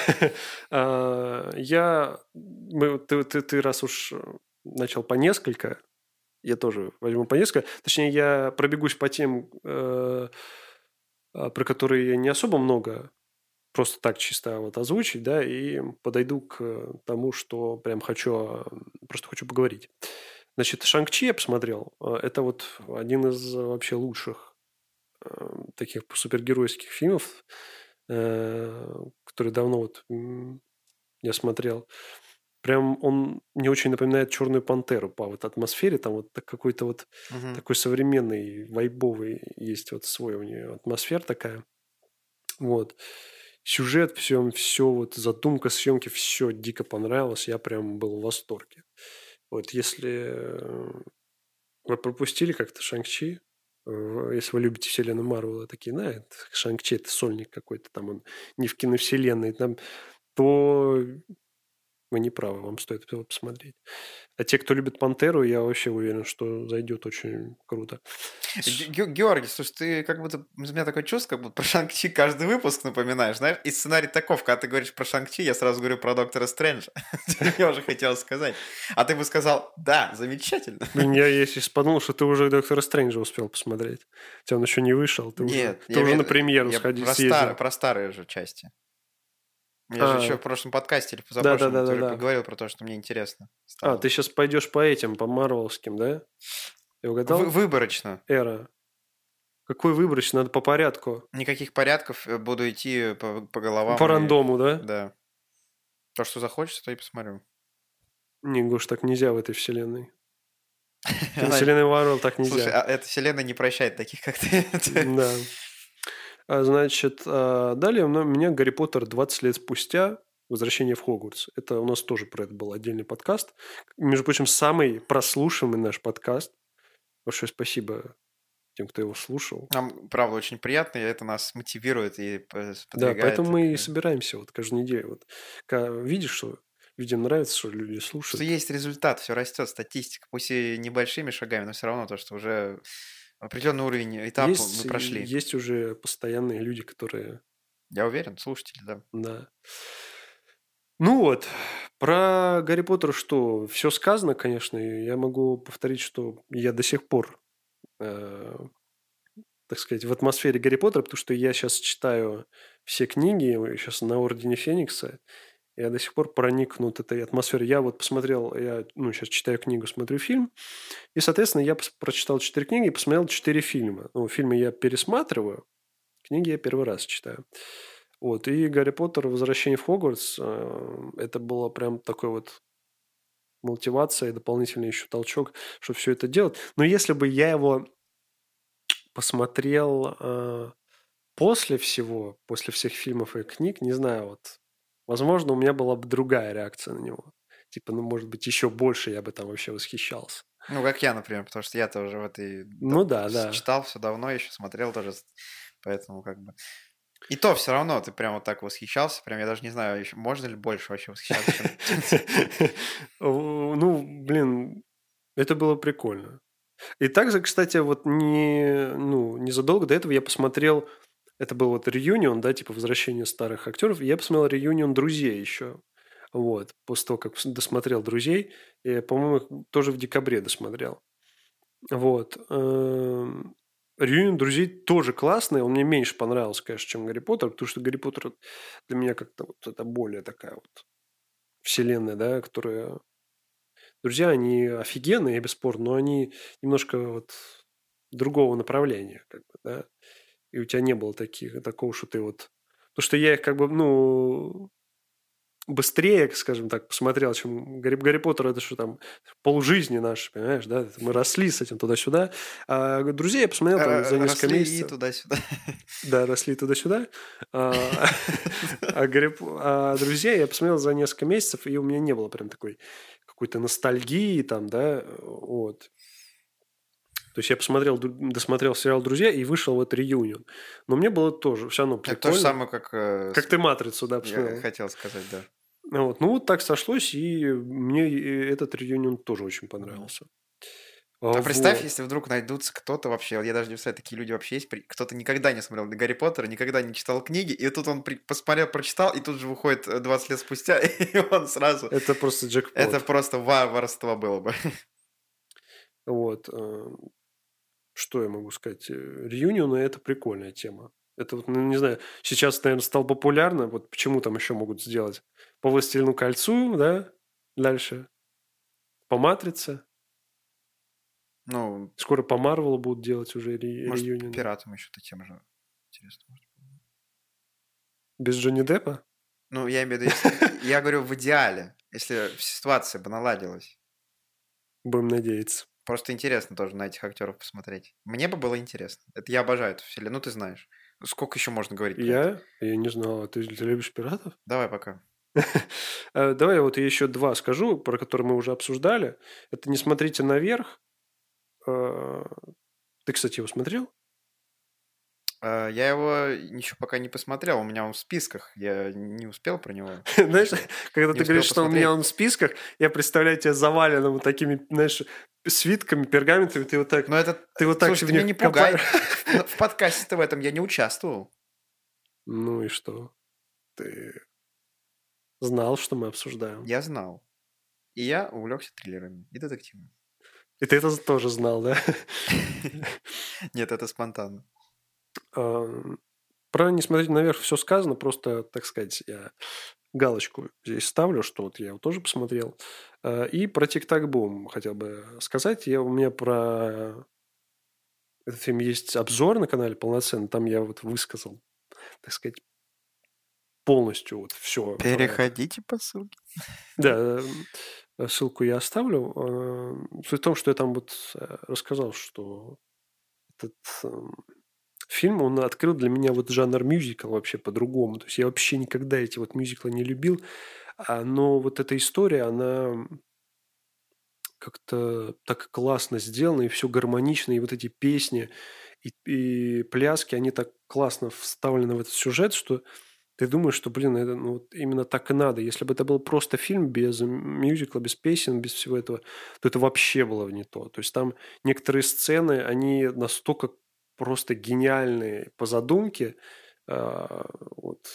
Ты раз уж начал по несколько, я тоже возьму по несколько. Точнее, я пробегусь по тем, про которые не особо много, просто так чисто вот озвучить, да, и подойду к тому, что прям просто хочу поговорить. Значит, «Шанг-Чи» я посмотрел. Это вот один из вообще лучших таких супергеройских фильмов, который давно вот я смотрел. Прям он мне очень напоминает «Черную пантеру» по вот атмосфере. Там вот какой-то вот такой современный, вайбовый есть вот свой у нее атмосфера такая. Вот. Сюжет, все вот задумка съемки, все дико понравилось. Я прям был в восторге. Вот если вы пропустили как-то «Шанг-Чи», если вы любите вселенную Марвела, такие, «Шанг-Чи» — это сольник какой-то, там он не в киновселенной, там, то вы не правы, вам стоит его посмотреть. А те, кто любит «Пантеру», я вообще уверен, что зайдет очень круто. Георгий, слушай, ты как будто... У меня такое чувство, как будто про Шанг-Чи каждый выпуск напоминаешь, знаешь? И сценарий таков, когда ты говоришь про Шанг-Чи, я сразу говорю про Доктора Стрэнджа. Я уже хотел сказать. А ты бы сказал, да, замечательно. Блин, я сейчас подумал, что ты уже «Доктора Стрэнджа» успел посмотреть. Хотя он еще не вышел, ты уже на премьеру съездил. Про старые же части. Я же еще в прошлом подкасте или позапрошлом поговорил про то, что мне интересно стало. Ты сейчас пойдешь по этим, по марвелским, да? Я угадал? Выборочно. Эра. Какой выборочно? Надо по порядку. Никаких порядков, буду идти по головам. По рандому, да? Да. То, что захочется, то и посмотрю. Не, Гош, так нельзя в этой вселенной. В вселенной Марвел так нельзя. Слушай, эта вселенная не прощает таких, как ты. Да. Значит, далее у меня «Гарри Поттер» 20 лет спустя. «Возвращение в Хогвартс». Это у нас тоже про это был отдельный подкаст. Между прочим, самый прослушиваемый наш подкаст. Большое спасибо тем, кто его слушал. Нам, правда, очень приятно, и это нас мотивирует и сподвигает. Да, поэтому мы и собираемся вот каждую неделю. Вот, когда видишь, что людям нравится, что люди слушают. Что есть результат, все растет, статистика. Пусть и небольшими шагами, но все равно то, что уже определенный уровень, этап мы прошли. Есть уже постоянные люди, которые... Я уверен, слушатели, да. Да. Ну вот, про Гарри Поттера что? Все сказано, конечно. И я могу повторить, что я до сих пор, так сказать, в атмосфере Гарри Поттера, потому что я сейчас читаю все книги, сейчас на Ордене Феникса, я до сих пор проникнут этой атмосферой. Я вот посмотрел, сейчас читаю книгу, смотрю фильм, и, соответственно, я прочитал 4 книги и посмотрел 4 фильма. Ну, фильмы я пересматриваю, книги я первый раз читаю. Вот, и «Гарри Поттер. Возвращение в Хогвартс» это было прям такой вот мотивация и дополнительный еще толчок, чтобы все это делать. Но если бы я его посмотрел после всех фильмов и книг, не знаю, вот, возможно, у меня была бы другая реакция на него. Типа, может быть, еще больше я бы там вообще восхищался. Ну, как я, например, потому что я тоже в этой... Ну да. Читал все давно, еще смотрел тоже, поэтому как бы... И то все равно ты прям вот так восхищался, прям я даже не знаю, ещё можно ли больше вообще восхищаться, чем Ну, блин, это было прикольно. И также, кстати, вот незадолго до этого я посмотрел, это был вот реюнион, да, типа возвращение старых актеров, и я посмотрел реюнион «Друзей» еще. Вот, после того, как досмотрел «Друзей», я, по-моему, их тоже в декабре досмотрел. Вот. Реюнион «Друзей» тоже классный, он мне меньше понравился, конечно, чем «Гарри Поттер», потому что «Гарри Поттер» для меня как-то вот это более такая вот вселенная, да, которая... «Друзья», они офигенные, бесспорно, но они немножко вот другого направления, как бы, да. И у тебя не было такого, что ты вот... Потому что я их как бы, быстрее, скажем так, посмотрел, чем Гарри Поттер, это что там, полжизни наши, понимаешь, да? Мы росли с этим туда-сюда. А «Друзей» я посмотрел там за несколько росли и месяцев. туда-сюда. Да, росли туда-сюда. А «Друзей» я посмотрел за несколько месяцев, и у меня не было прям такой какой-то ностальгии там, да, вот. То есть я досмотрел сериал «Друзья» и вышел в этот реюнион. Но мне было тоже все равно Это то же прикольно. самое, как Как ты «Матрицу», да, я посмотрел. хотел сказать, да. Вот. Ну, вот так сошлось, и мне этот реюнион тоже очень Мгм. понравился. А представь, Вот. если вдруг найдутся кто-то вообще, я даже не представляю, такие люди вообще есть, кто-то никогда не смотрел Гарри Поттера, никогда не читал книги, и тут он посмотрел, прочитал, и тут же выходит 20 лет спустя, и он сразу... Это просто Это джекпот. просто варварство было бы. Вот. Что я могу сказать? Реюнионы – это прикольная тема. Это вот, не знаю, сейчас, наверное, стало популярно. Вот почему там еще могут сделать? По «Властелину кольцу», да? Дальше. По «Матрице». Ну, Скоро по Марвелу будут делать уже может, по реюнионы. пиратам еще то тем же интересно. Может. Без Джонни Деппа? Ну, я имею в виду, я говорю в идеале, если ситуация бы наладилась. Будем надеяться. Просто интересно тоже на этих актеров посмотреть. Мне бы было интересно. Это я обожаю эту вселенную, ну ты знаешь. Сколько еще можно говорить про это? Я не знал. А ты любишь пиратов? Давай пока. Давай вот я еще два скажу, про которые мы уже обсуждали. Это «Не смотрите наверх». Э, Ты, кстати, его смотрел? Я его еще пока не посмотрел, у меня он в списках, я не успел про него Знаешь, еще, когда не ты успел говоришь, что у меня посмотреть. он в списках, я представляю тебя заваленным вот такими, знаешь, свитками, пергаментами, Но это, ты вот так слушай, в ты меня них не копаешь. пугай. В подкасте-то в этом я не участвовал. Ну и что? Ты знал, что мы обсуждаем. Я знал. И я увлекся триллерами и детективами. И ты это тоже знал, да? Нет, это спонтанно. А, Про «Не смотреть наверх» все сказано, просто, так сказать, я галочку здесь ставлю, что вот я его тоже посмотрел. И про «Тик-так-бум» хотел бы сказать. У меня про этот фильм есть обзор на канале полноценный, там я вот высказал, так сказать, полностью вот все про это. Переходите по ссылке. Да, ссылку я оставлю. Суть в том, что я там вот рассказал, что этот фильм, он открыл для меня вот жанр мюзикл вообще по-другому. То есть я вообще никогда эти вот мюзиклы не любил, но вот эта история, она как-то так классно сделана, и все гармонично, и вот эти песни, и пляски, они так классно вставлены в этот сюжет, что ты думаешь, что, блин, это ну, вот именно так и надо. Если бы это был просто фильм без мюзикла, без песен, без всего этого, то это вообще было бы не то. То есть там некоторые сцены, они настолько просто гениальные по задумке, вот,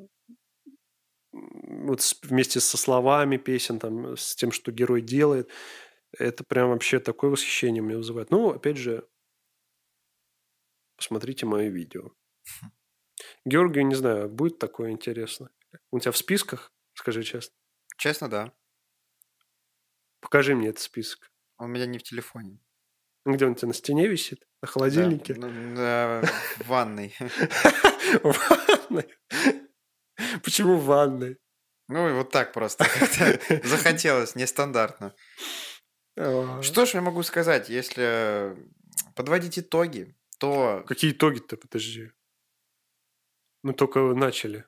вместе со словами песен, там, с тем, что герой делает, это прям вообще такое восхищение мне вызывает. Ну, опять же, посмотрите мое видео. Георгию, не знаю, будет такое интересно? У тебя в списках, скажи честно? Честно, да. Покажи мне этот список. Он у меня не в телефоне. Где он у тебя на стене висит? На Да, холодильнике? в ванной. В ванной? Почему в ванной? Ну и вот так просто как-то захотелось, нестандартно. А, Что ж я могу сказать, если подводить итоги, то Какие итоги-то? Подожди. Мы только начали.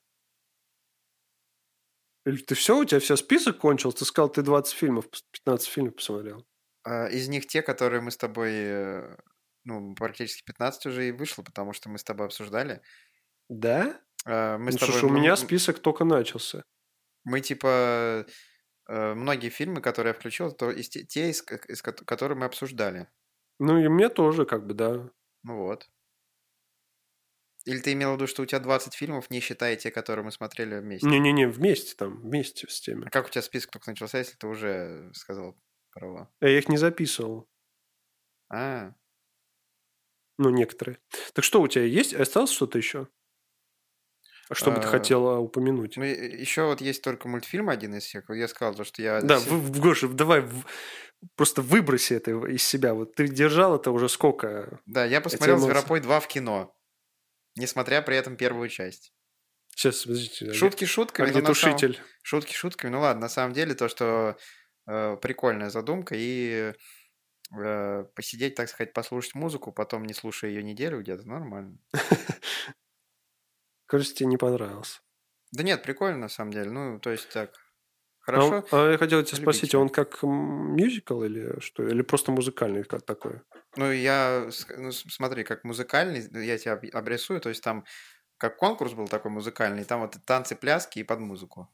Или ты все, у тебя все список кончился? Ты сказал, ты 20 фильмов, 15 фильмов посмотрел. из них те, которые мы с тобой, ну, практически 15 уже и вышло, потому что мы с тобой обсуждали. Да? Мы Ну, с тобой... слушай, у меня список только начался. Мы, типа, многие фильмы, которые я включил, то те, которые мы обсуждали. Ну, и мне тоже, как бы, да. Ну вот. Или ты имел в виду, что у тебя 20 фильмов, не считая те, которые мы смотрели вместе? Не-не-не, вместе с теми. А как у тебя список только начался, если ты уже сказал права? Я их не записывал. А, Ну, некоторые. Так что у тебя есть? Осталось что-то еще? Что бы ты э, хотела упомянуть? ну, еще вот есть только мультфильм один из всех. Вот я сказал, то, что я... Да, Гоша, давай просто выброси это из себя. Вот ты держал это уже сколько? Да, я Эти посмотрел эмоции. «Зверопой 2» в кино, несмотря при этом первую часть. Сейчас, подождите. Шутки А шутками, но на самом... огнетушитель? Шутки шутками, ну ладно, на самом деле то, что прикольная задумка, и посидеть, так сказать, послушать музыку, потом не слушая ее неделю где-то, нормально. Кажется, тебе не понравился. Да нет, прикольно на самом деле, ну, то есть так, А, хорошо, я хотел тебя спросить, а любите. он как мюзикл или что? Или просто музыкальный, как такое? Ну, смотри, как музыкальный, я тебя обрисую, то есть там, как конкурс был такой музыкальный, там вот танцы, пляски и под музыку.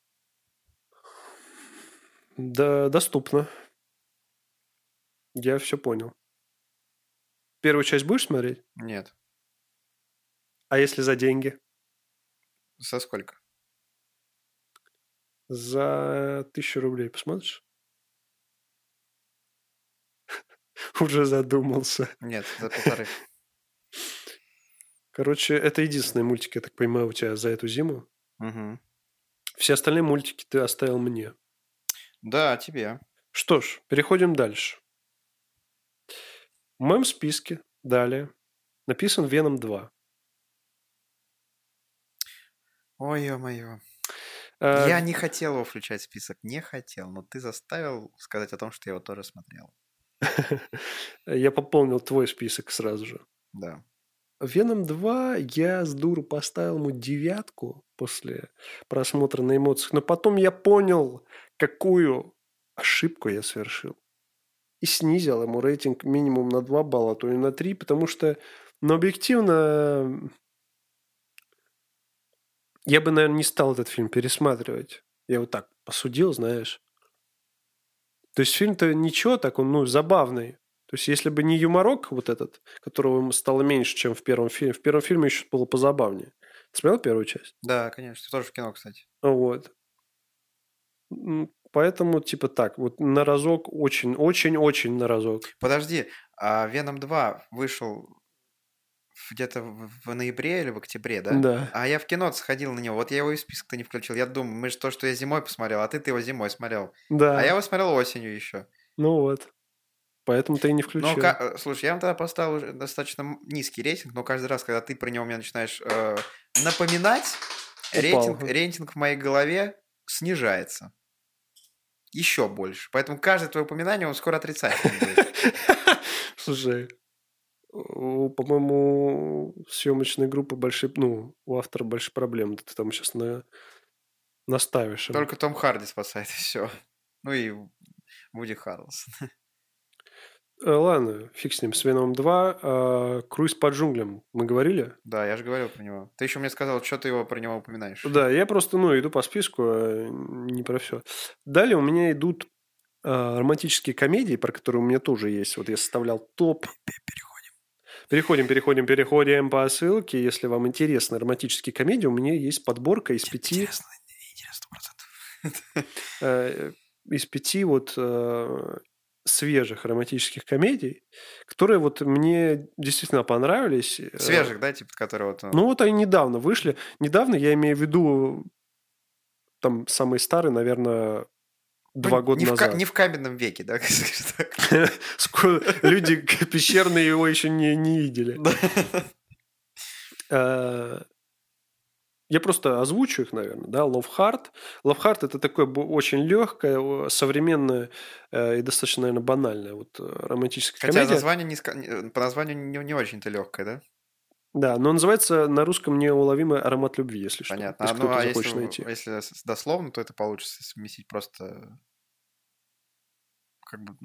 Да, доступно. Я все понял. Первую часть будешь смотреть? Нет. А если за деньги? Со сколько? За 1000 рублей посмотришь? Уже задумался. Нет, за 1,5. Короче, это единственные мультики, я так понимаю, у тебя за эту зиму. Угу. Все остальные мультики ты оставил мне. Да, тебе. Что ж, переходим дальше. В моем списке далее написан «Веном 2». Ой, ё-моё. Э, Я не хотел его включать в список, не хотел, но ты заставил сказать о том, что я его тоже смотрел. Я пополнил твой список сразу же. Да. «Веном 2» я с дуру поставил ему 9 после просмотра на эмоциях, но потом я понял, какую ошибку я совершил. И снизил ему рейтинг минимум на 2 балла, а то и на 3, потому что, ну, объективно, я бы, наверное, не стал этот фильм пересматривать. Я вот так посудил, знаешь. То есть фильм-то ничего, так он, ну, забавный. То есть если бы не юморок вот этот, которого стало меньше, чем в первом фильме еще было позабавнее. Ты смотрел первую часть? Да, конечно, тоже в кино, кстати. Вот. Поэтому, типа так, вот на разок, очень-очень-очень на разок. Подожди, а «Веном 2» вышел где-то в ноябре или в октябре, да? Да, А я в кино сходил на него, вот я его и в список-то не включил. Я думаю, мы же то, что я зимой посмотрел, а ты его зимой смотрел. А я да, его смотрел осенью еще. ну вот. Поэтому ты и не Ну, включил. слушай, я вам тогда поставил уже достаточно низкий рейтинг, но каждый раз, когда ты про него мне начинаешь напоминать, Упал. рейтинг в моей голове снижается. Еще больше. Поэтому каждое твое упоминание, он скоро отрицательным будет. Слушай, по-моему, съемочной группы большие, ну, у автора большие проблемы. Ты там сейчас наставишь им. Только Том Харди спасает все. Ну и Вуди Харрелсон. Ладно, фиг с ним. С Веном 2. Круиз по джунглям. Мы говорили? Да, я же говорил про него. Ты еще мне сказал, что ты его про него упоминаешь. Да, я просто, ну, иду по списку, не про все. Далее у меня идут романтические комедии, про которые у меня тоже есть. Вот я составлял топ. Переходим по ссылке. Если вам интересны романтические комедии, у меня есть подборка из 5 Интересно, 100%. из 5 вот свежих романтических комедий, которые вот мне действительно понравились. Свежих, да, типа, которые вот... Ну вот они недавно вышли. Недавно я имею в виду там самый старый, наверное, 2 года назад. Не в каменном веке, да? скажем так. Люди пещерные его еще не видели. Я просто озвучу их, наверное, да, Love Hard. Love Hard это такое очень легкое, современное и достаточно, наверное, банальное вот романтическая Хотя комедия. название по названию не очень-то легкое, да? Да, но называется на русском «Неуловимый аромат любви», если что. Понятно. Если Ну, кто-то а захочет найти. если дословно, то это получится смесить просто как бы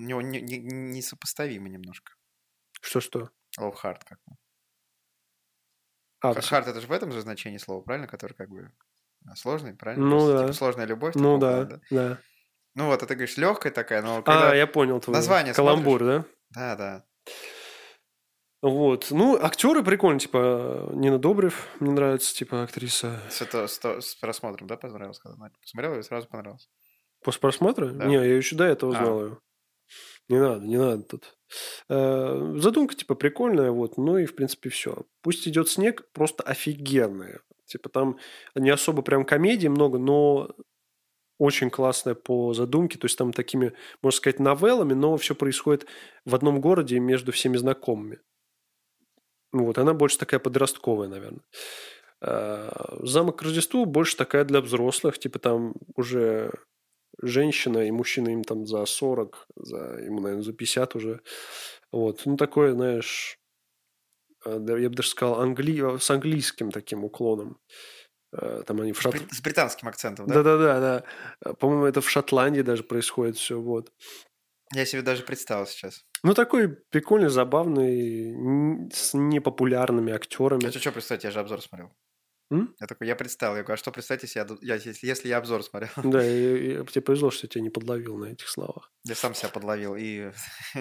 несопоставимо немножко. Что-что? Love Hard как бы. А, то есть- Хард это же в этом же значении слова, правильно? Который как бы сложный, правильно? ну Просто типа да, сложная любовь в ну таком плане, да, да? да. Ну вот, а ты говоришь легкая такая, но А, когда я понял твой название каламбур, смотришь, да? да, да. Вот. Ну, актеры прикольные, типа Нина Добрев, мне нравится, типа актриса. С просмотром, да, понравилось? Посмотрел и сразу понравилось. После просмотра? Не, Да. я еще до этого А, знал ее. Не надо тут. Задумка, типа, прикольная, вот, ну и, в принципе, все. Пусть идет снег, просто офигенная. Типа, там не особо прям комедии много, но очень классная по задумке. То есть, там такими, можно сказать, новеллами, но все происходит в одном городе между всеми знакомыми. Ну вот, она больше такая подростковая, наверное. «Замок к Рождеству» больше такая для взрослых, типа там уже женщина и мужчина им там за 40, ему, наверное, за 50 уже. Вот. Ну, такое, знаешь, да, я бы даже сказал, с английским таким уклоном. Там они в с британским акцентом, да? Да-да-да, да. По-моему, это в Шотландии даже происходит все, вот. Я себе даже представил сейчас. Ну, такой прикольный, забавный, с непопулярными актерами. А что представить, я же обзор смотрел. М? Я такой, я представил. Я говорю, а что представьте, если я обзор смотрел? Да, тебе повезло, что я тебя не подловил на этих словах. Я сам себя подловил. И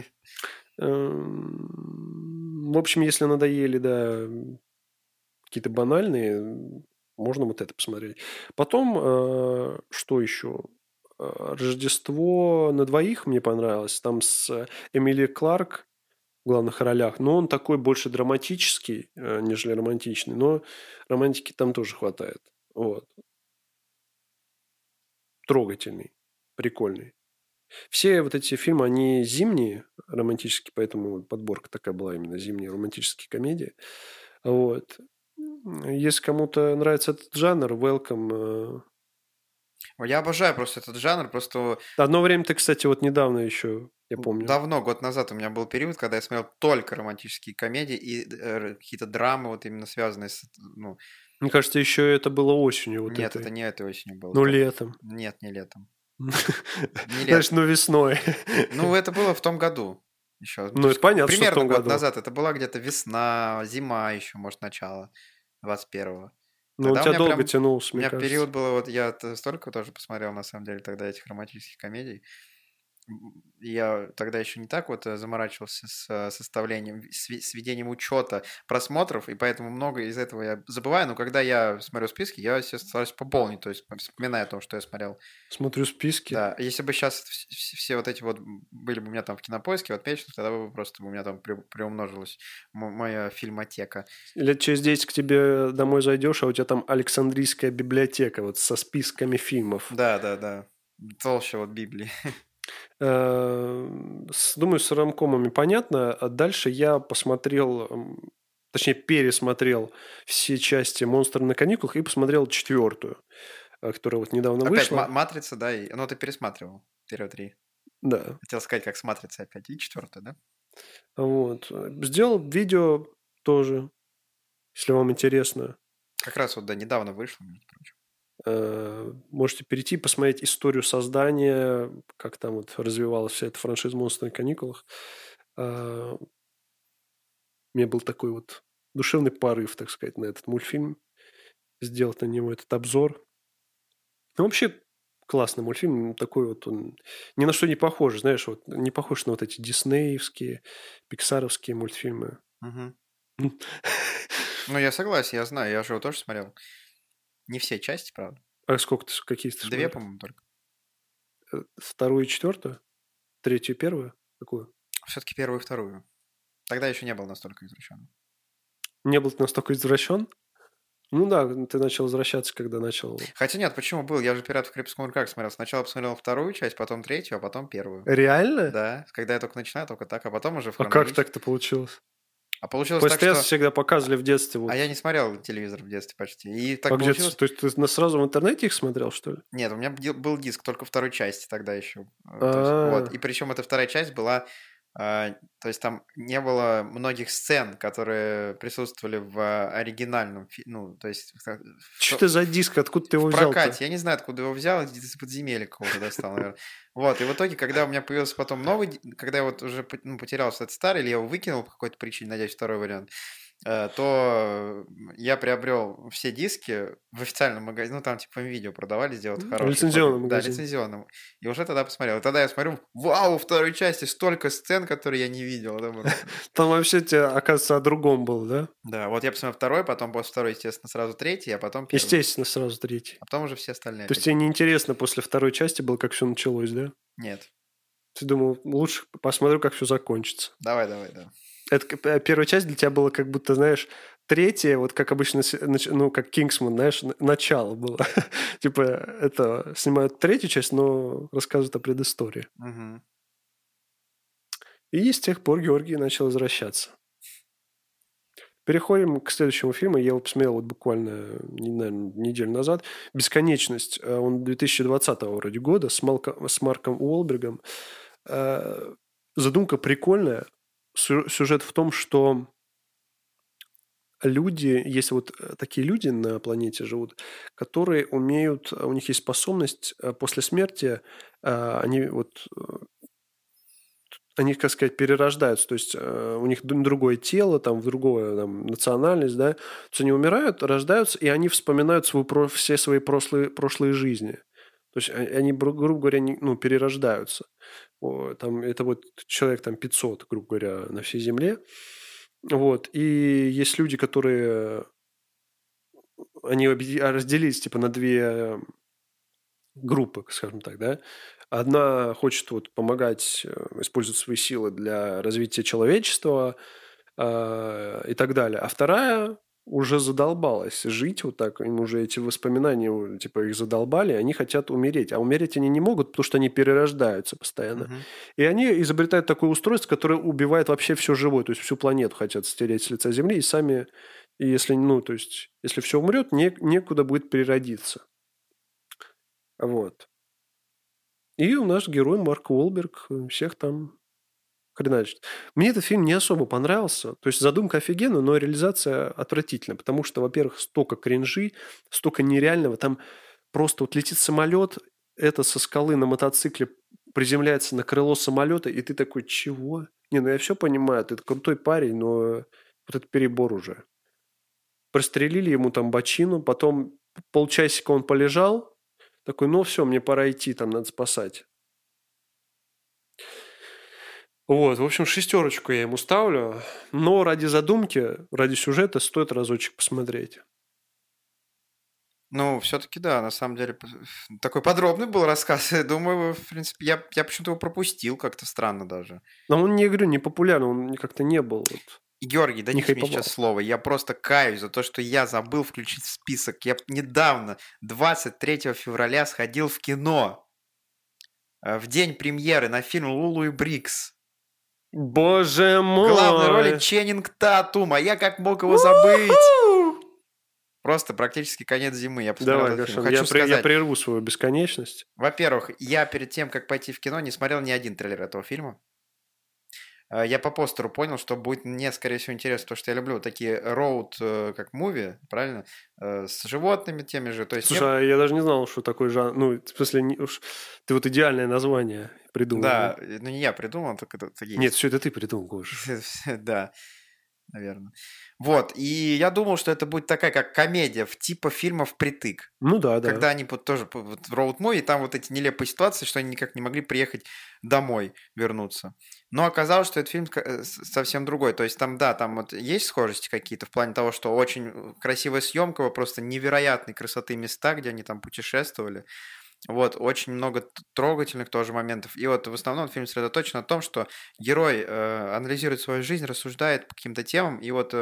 В общем, если надоели, да, какие-то банальные, можно вот это посмотреть. Потом, что еще? «Рождество на двоих» мне понравилось. Там с Эмили Кларк в главных ролях. Но он такой больше драматический, нежели романтичный. Но романтики там тоже хватает. Вот. Трогательный. Прикольный. Все вот эти фильмы, они зимние, романтические, поэтому подборка такая была именно зимние романтические комедии. Вот. Если кому-то нравится этот жанр, welcome. я обожаю просто этот жанр. Просто Одно время ты, кстати, вот недавно еще, я помню. давно, год назад у меня был период, когда я смотрел только романтические комедии и какие-то драмы, вот именно связанные с... Ну, Мне кажется, еще это было осенью вот нет, это этой. не этой осенью было. Ну, летом. Нет, не летом. Не Знаешь, летом. ну, весной. Ну, это было в том году еще. То Ну, есть это понятно, что в примерно том год году. назад. Это была где-то весна, зима еще, может, начало 21-го. Но он Тогда у тебя меня долго прям... тянулся, У мне меня кажется. период был, вот я столько тоже посмотрел, на самом деле, тогда этих романтических комедий. Я тогда еще не так вот заморачивался с составлением, с ведением учета просмотров, и поэтому много из этого я забываю, но когда я смотрю списки, я, естественно, стараюсь пополнить, то есть вспоминаю о том, что я смотрел. Смотрю списки. Да, если бы сейчас все вот эти вот были бы у меня там в Кинопоиске, вот месяцев, тогда бы просто у меня там приумножилась моя фильмотека. Лет через 10 к тебе домой зайдешь, а у тебя там Александрийская библиотека вот со списками фильмов. Да, да, да. Толще вот Библии. Думаю, с ромкомами понятно. А дальше я посмотрел, точнее, пересмотрел все части «Монстры на каникулах» и посмотрел четвертую, которая вот недавно Опять вышла. «Матрица», да, ну ты пересматривал первые три. Да. Хотел сказать, как с «Матрицей» опять. И четвертую, да? Вот. Сделал видео тоже, если вам интересно. Как раз вот, да, недавно вышло, между прочим. Можете перейти, посмотреть историю создания, как там вот развивалась вся эта франшиза «Монстры на каникулах». У меня был такой вот душевный порыв, так сказать, на этот мультфильм. Сделать на него этот обзор. Ну, вообще, классный мультфильм. Такой вот он ни на что не похож, знаешь, вот не похож на вот эти диснеевские, пиксаровские мультфильмы. Мгм. Ну, я согласен, я знаю, я же его тоже смотрел. Не все части, правда. А сколько ты, какие ты Две, смотрел? по-моему, только. Вторую и четвертую? Третью и первую? Какую? Все-таки первую и вторую. Тогда еще не был настолько извращенным. Не был ты настолько извращен? Ну да, ты начал возвращаться, когда начал... Хотя нет, почему был? Я же «Пиратов Карибского моря» как смотрел. Сначала посмотрел вторую часть, потом третью, а потом первую. Реально? Да, когда я только начинаю, только так, а потом уже в А как хронологичности. так-то получилось? А получилось По так, СТС что... всегда показывали в детстве. А Вот. я не смотрел телевизор в детстве почти. И так А где ты? получилось... То есть ты сразу в интернете их смотрел, что ли? Нет, у меня был диск только второй части тогда еще. То есть, вот. А, И причем эта вторая часть была... то есть там не было многих сцен, которые присутствовали в оригинальном, ну, то есть что ты за диск? Откуда ты его в взял-то? прокате. Я не знаю, откуда его взял, где-то из подземелья какого-то достал, наверное. Вот, и в итоге, когда у меня появился потом новый, когда я вот уже потерялся этот старый, или я его выкинул по какой-то причине, надеюсь, второй вариант, то я приобрел все диски в официальном магазине, ну там типа видео продавали, сделать хороший Лицензионный да, магазин. лицензионным. И уже тогда посмотрел. И тогда я смотрю, вау, во второй части столько сцен, которые я не видел. Там вообще тебе, оказывается, о другом было, да? Да, вот я посмотрел второй, потом после второй, естественно, сразу третий, а потом первый. Естественно, сразу третий. А потом уже все остальные То есть опять. тебе неинтересно после второй части было, как все началось, да? Нет. Ты думал, лучше посмотрю, как все закончится. Давай, да. Это первая часть для тебя была как будто, знаешь, третья, вот как обычно, ну, как Кингсман, знаешь, начало было. Типа, это снимают третью часть, но рассказывают о предыстории. Угу. И с тех пор Георгий начал возвращаться. Переходим к следующему фильму. Я его посмотрел вот буквально, наверное, неделю назад. «Бесконечность». Он 2020 вроде года с Марком Уолбергом. Задумка прикольная. Сюжет в том, что люди, есть вот такие люди на планете живут, которые умеют, у них есть способность после смерти, они вот они, как сказать, перерождаются, то есть у них другое тело, там, другая там, национальность, да, то есть они умирают, рождаются, и они вспоминают все свои прошлые жизни. То есть они, грубо говоря, ну, перерождаются. Там, это вот человек там 500, грубо говоря, на всей Земле. Вот. И есть люди, которые они разделились типа на две группы, скажем так, да. Одна хочет вот помогать использовать свои силы для развития человечества и так далее, а вторая уже задолбалась жить вот так, им уже эти воспоминания, типа, их задолбали, они хотят умереть. А умереть они не могут, потому что они перерождаются постоянно. Угу. И они изобретают такое устройство, которое убивает вообще все живое, то есть всю планету хотят стереть с лица Земли, и сами, и если, ну, то есть, если все умрет, некуда будет переродиться. Вот. И наш герой Марк Уолберг всех там хреначит. Мне этот фильм не особо понравился. То есть задумка офигенная, но реализация отвратительная. Потому что, во-первых, столько кринжи, столько нереального. Там просто вот летит самолет, это со скалы на мотоцикле приземляется на крыло самолета, и ты такой, чего? Не, ну я все понимаю, ты крутой парень, но вот это перебор уже. Прострелили ему там бочину, потом полчасика он полежал, такой, ну все, мне пора идти, там надо спасать. Вот, в общем, 6 я ему ставлю, но ради задумки, ради сюжета стоит разочек посмотреть. Ну, все-таки да, на самом деле такой подробный был рассказ. Я думаю, в принципе, я почему-то его пропустил, как-то странно даже. Но он, не говорю, не популярный, он как-то не был. Вот, Георгий, не дайте мне сейчас хайповал. слово. Я просто каюсь за то, что я забыл включить в список. Я недавно, 23 февраля, сходил в кино в день премьеры на фильм «Лулу и Брикс». Боже В главной роли мой! Ченнинг Татум, а я как мог его забыть? Просто практически конец зимы я посмотрел Давай, этот фильм. Гошан, Хочу я сказать, прерву свою бесконечность. во-первых, я перед тем, как пойти в кино, не смотрел ни один трейлер этого фильма. Я по постеру понял, что будет мне, скорее всего, интересно, потому что я люблю такие роуд, как муви, правильно, с животными теми же. То есть Слушай, а я даже не знал, что такой жанр. Ну, в смысле, уж ты вот идеальное название придумал, да? да, ну не я придумал, только это Нет, есть. все это ты придумал, Гош. Да, наверное. Вот, и я думал, что это будет такая, как комедия, типа фильмов «Впритык». Ну да, да. Когда они вот тоже вот в роуд-муви, и там вот эти нелепые ситуации, что они никак не могли приехать домой, вернуться. Но оказалось, что этот фильм совсем другой. То есть там, да, там вот есть схожести какие-то в плане того, что очень красивая съемка, просто невероятной красоты места, где они там путешествовали. Вот, очень много трогательных тоже моментов. И вот в основном фильм сосредоточен на том, что герой анализирует свою жизнь, рассуждает по каким-то темам, и вот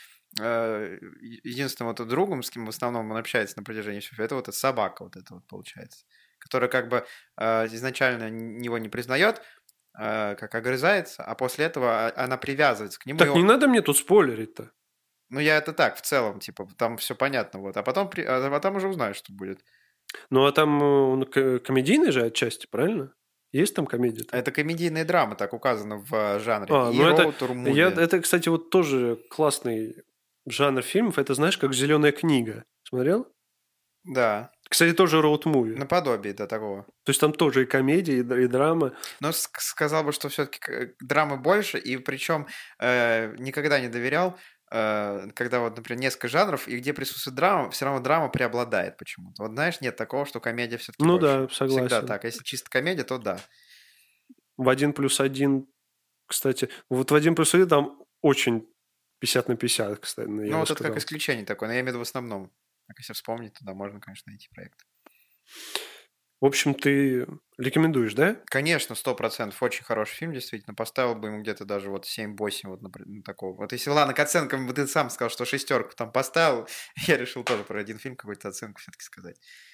единственным вот другом, с кем в основном он общается на протяжении всего, это вот эта собака, вот это вот получается, которая как бы изначально его не признает, как огрызается, а после этого она привязывается к нему. Так, не надо мне тут спойлерить-то. Ну, я это так, в целом, типа, там все понятно, вот. А потом уже узнаешь, что будет. Ну, а там он комедийный же отчасти, правильно? Есть там комедия? Там? Это комедийная драма, так указано в жанре. И Ну это, роуд-муви. это, кстати, вот тоже классный жанр фильмов. Это, знаешь, как «Зеленая книга». Смотрел? Да, Кстати, тоже роуд-муви. наподобие, да, такого. То есть там тоже и комедия, и драма. Но сказал бы, что все-таки драмы больше, и причем никогда не доверял когда вот, например, несколько жанров, и где присутствует драма, все равно драма преобладает почему-то. Вот знаешь, нет такого, что комедия все-таки Ну больше. да, Всегда согласен. так. А если чисто комедия, то да. В 1+1, кстати, вот в 1+1 там очень 50/50, кстати, я Ну, бы вот это как сказал. исключение такое, но я имею в виду в основном. Так, если вспомнить, то да, можно, конечно, найти проект. В общем, ты рекомендуешь, да? Конечно, 100%. Очень хороший фильм, действительно. Поставил бы ему где-то даже вот 7-8 вот на такого. Вот если, ладно, к оценкам, вот ты сам сказал, что шестерку там поставил, я решил тоже про один фильм какую-то оценку все-таки сказать.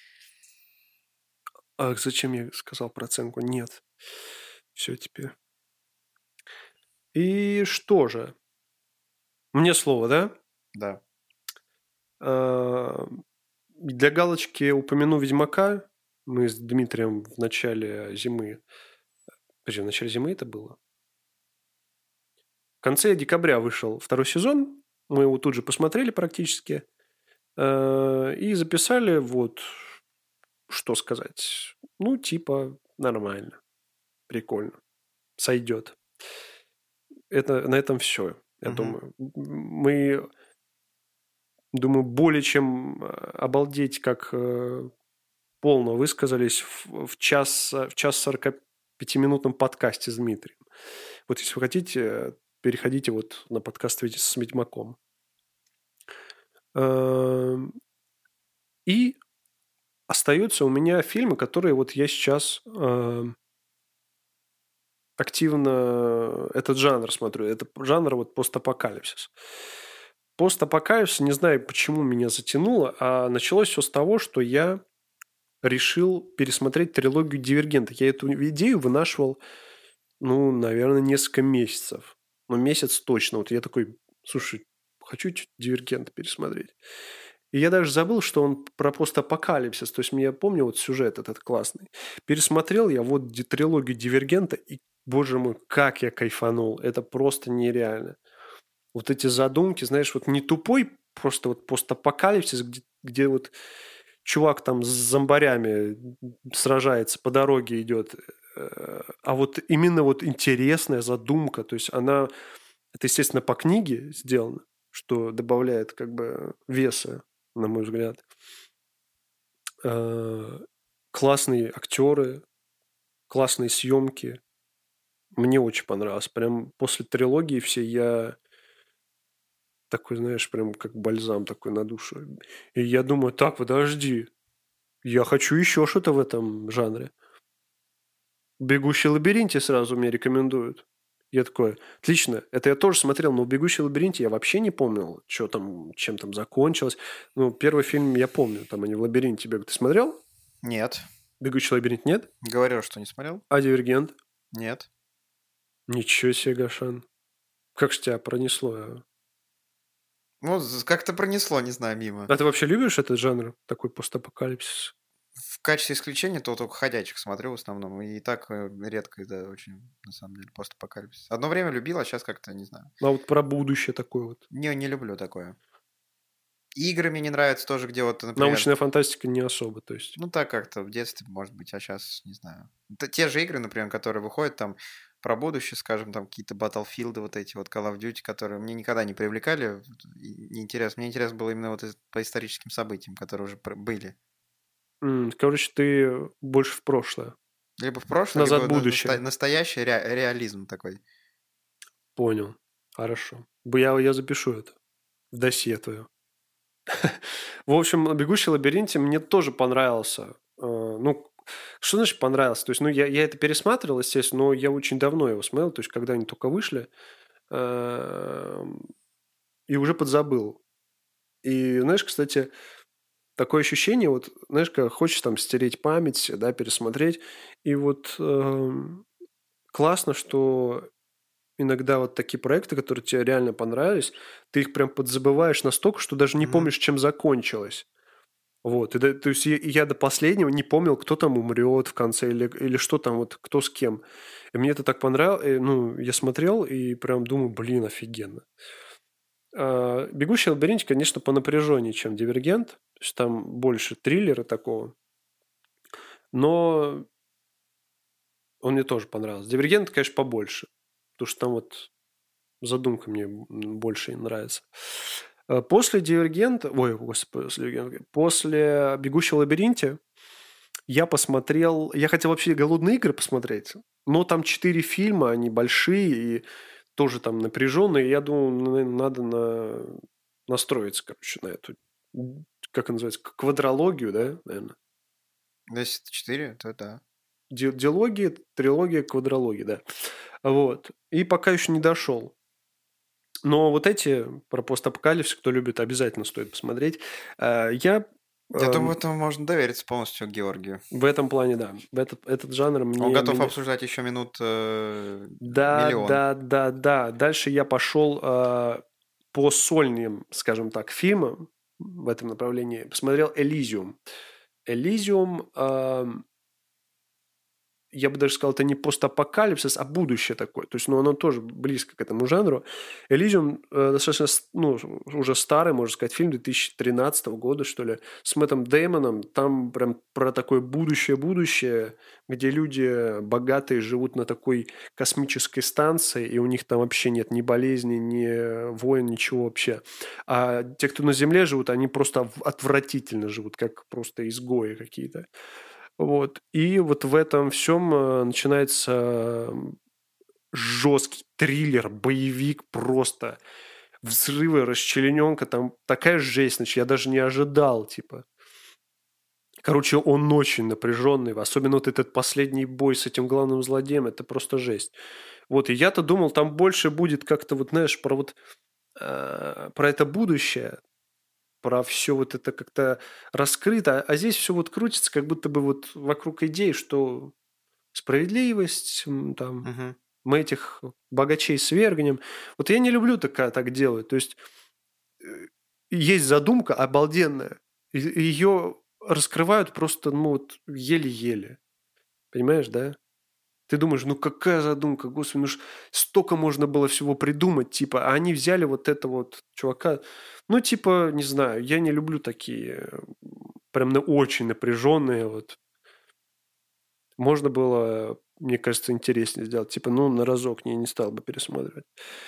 Ах, зачем я сказал про оценку? Нет. Все теперь. И что же? Мне слово, да? Да. А, Для галочки упомяну «Ведьмака». Мы с Дмитрием в начале зимы... Подожди, в начале зимы это было? В конце декабря вышел второй сезон. Мы его тут же посмотрели практически. И записали вот, что сказать. Ну, типа, нормально. Прикольно. Сойдет. На этом все, я Мгм. думаю. Мы, думаю, более чем обалдеть, как полно высказались в час 45-минутном подкасте с Дмитрием. Вот если вы хотите, переходите вот на подкаст с Ведьмаком. Эм, И остаются у меня фильмы, которые вот я сейчас активно этот жанр смотрю. Это жанр вот постапокалипсис. Постапокалипсис, не знаю, почему меня затянуло, а началось все с того, что я решил пересмотреть трилогию «Дивергента». Я эту идею вынашивал, ну, наверное, несколько месяцев. Ну, месяц точно. Вот я такой, слушай, хочу чуть «Дивергента» пересмотреть. И я даже забыл, что он про постапокалипсис. То есть я помню вот сюжет этот классный. Пересмотрел я вот трилогию «Дивергента», и, боже мой, как я кайфанул. Это просто нереально. Вот эти задумки, знаешь, вот не тупой просто вот постапокалипсис, где вот чувак там с зомбарями сражается, по дороге идет, а вот именно вот интересная задумка, то есть она, это, естественно, по книге сделано, что добавляет как бы веса, на мой взгляд. Э, Классные актеры, классные съемки. Мне очень понравилось. Прям после трилогии все я такой, знаешь, прям как бальзам такой на душу. И я думаю, так, подожди, я хочу еще что-то в этом жанре. «Бегущий в лабиринте» сразу мне рекомендуют. Я такой, отлично, это я тоже смотрел, но в «Бегущий в лабиринте» я вообще не помнил, что там, чем там закончилось. Ну, первый фильм я помню, там они в лабиринте бегают. Ты смотрел Нет. «Бегущий в лабиринте»? Нет? Говорил, что не смотрел? А «Дивергент»? Нет. Ничего себе, Гашан. Как ж тебя пронесло? Ну, как-то пронесло, не знаю, мимо. А ты вообще любишь этот жанр, такой постапокалипсис? В качестве исключения то только «Ходячих» смотрю в основном. И так редко, да, очень, на самом деле, постапокалипсис. Одно время любил, а сейчас как-то, не знаю. А вот про будущее такое вот. Не люблю такое. Игры мне не нравятся тоже, где вот, например, Научная фантастика не особо, то есть. ну так как-то в детстве, может быть, а сейчас, не знаю. Те же игры, например, которые выходят там про будущее, скажем, там какие-то Battlefield, вот эти вот Call of Duty, которые мне никогда не привлекали, и не интересно. Мне интересно было именно вот по историческим событиям, которые уже были. Короче, ты больше в прошлое. Либо в прошлое, Назад в либо будущее. настоящий реализм такой. Понял. Хорошо. Я запишу это в досье твое. В общем, «Бегущий в лабиринте» мне тоже понравился. Ну, что значит понравился? То есть, ну, я это пересматривал, естественно, но я очень давно его смотрел, то есть, когда они только вышли, и уже подзабыл. И, знаешь, кстати, такое ощущение, вот, знаешь, когда хочешь там стереть память, да, пересмотреть, и вот классно, что иногда вот такие проекты, которые тебе реально понравились, ты их прям подзабываешь настолько, что даже не Мгм. помнишь, чем закончилось. Вот, то есть я до последнего не помнил, кто там умрет в конце или что там, вот кто с кем. И мне это так понравилось, ну, я смотрел и прям думаю, блин, офигенно. «Бегущий в лабиринте», конечно, по напряженнее, чем «Дивергент», то есть там больше триллера такого, но он мне тоже понравился. «Дивергент», конечно, побольше, потому что там вот задумка мне больше нравится. После «Дивергента», после «Бегущего в лабиринте» я посмотрел... Я хотел вообще «Голодные игры» посмотреть, но там 4 фильма, они большие и тоже там напряженные. Я думал, надо настроиться, короче, на эту... Как это называется? Квадрологию, да, наверное? Если это 4, то да. Диалогия, трилогия, квадрология, да. Вот. И пока еще не дошел. Но вот эти про постапокалипсис, кто любит, обязательно стоит посмотреть. Я Я думаю, этому можно довериться полностью Георгию. в этом плане, да. Этот жанр Он мне... готов обсуждать еще минут Да, миллион. да, да, да. Дальше я пошел по сольным, скажем так, фильмам в этом направлении. Посмотрел «Элизиум». «Элизиум», я бы даже сказал, это не постапокалипсис, а будущее такое. То есть, ну, оно тоже близко к этому жанру. «Элизиум» достаточно, ну, уже старый, можно сказать, фильм 2013 года, что ли, с Мэттом Дэймоном. Там прям про такое будущее-будущее, где люди богатые живут на такой космической станции, и у них там вообще нет ни болезни, ни войн, ничего вообще. А те, кто на Земле живут, они просто отвратительно живут, как просто изгои какие-то. Вот. И вот в этом всем начинается жесткий триллер, боевик просто. Взрывы, расчлененка, там такая жесть, значит, я даже не ожидал, типа. Короче, он очень напряженный, особенно вот этот последний бой с этим главным злодеем, это просто жесть. Вот, и я-то думал, там больше будет как-то вот, знаешь, про это будущее, про все вот это как-то раскрыто, а здесь все вот крутится, как будто бы вот вокруг идей, что справедливость, там, Мгм. мы этих богачей свергнем. Вот я не люблю так делать. То есть есть задумка обалденная, ее раскрывают просто, ну, вот еле-еле. Понимаешь, да? Ты думаешь, ну какая задумка, господи, ну столько можно было всего придумать, типа, а они взяли вот это вот чувака, ну, типа, не знаю, я не люблю такие прям очень напряженные вот. Можно было, мне кажется, интереснее сделать, типа, ну, на разок не стал бы пересматривать.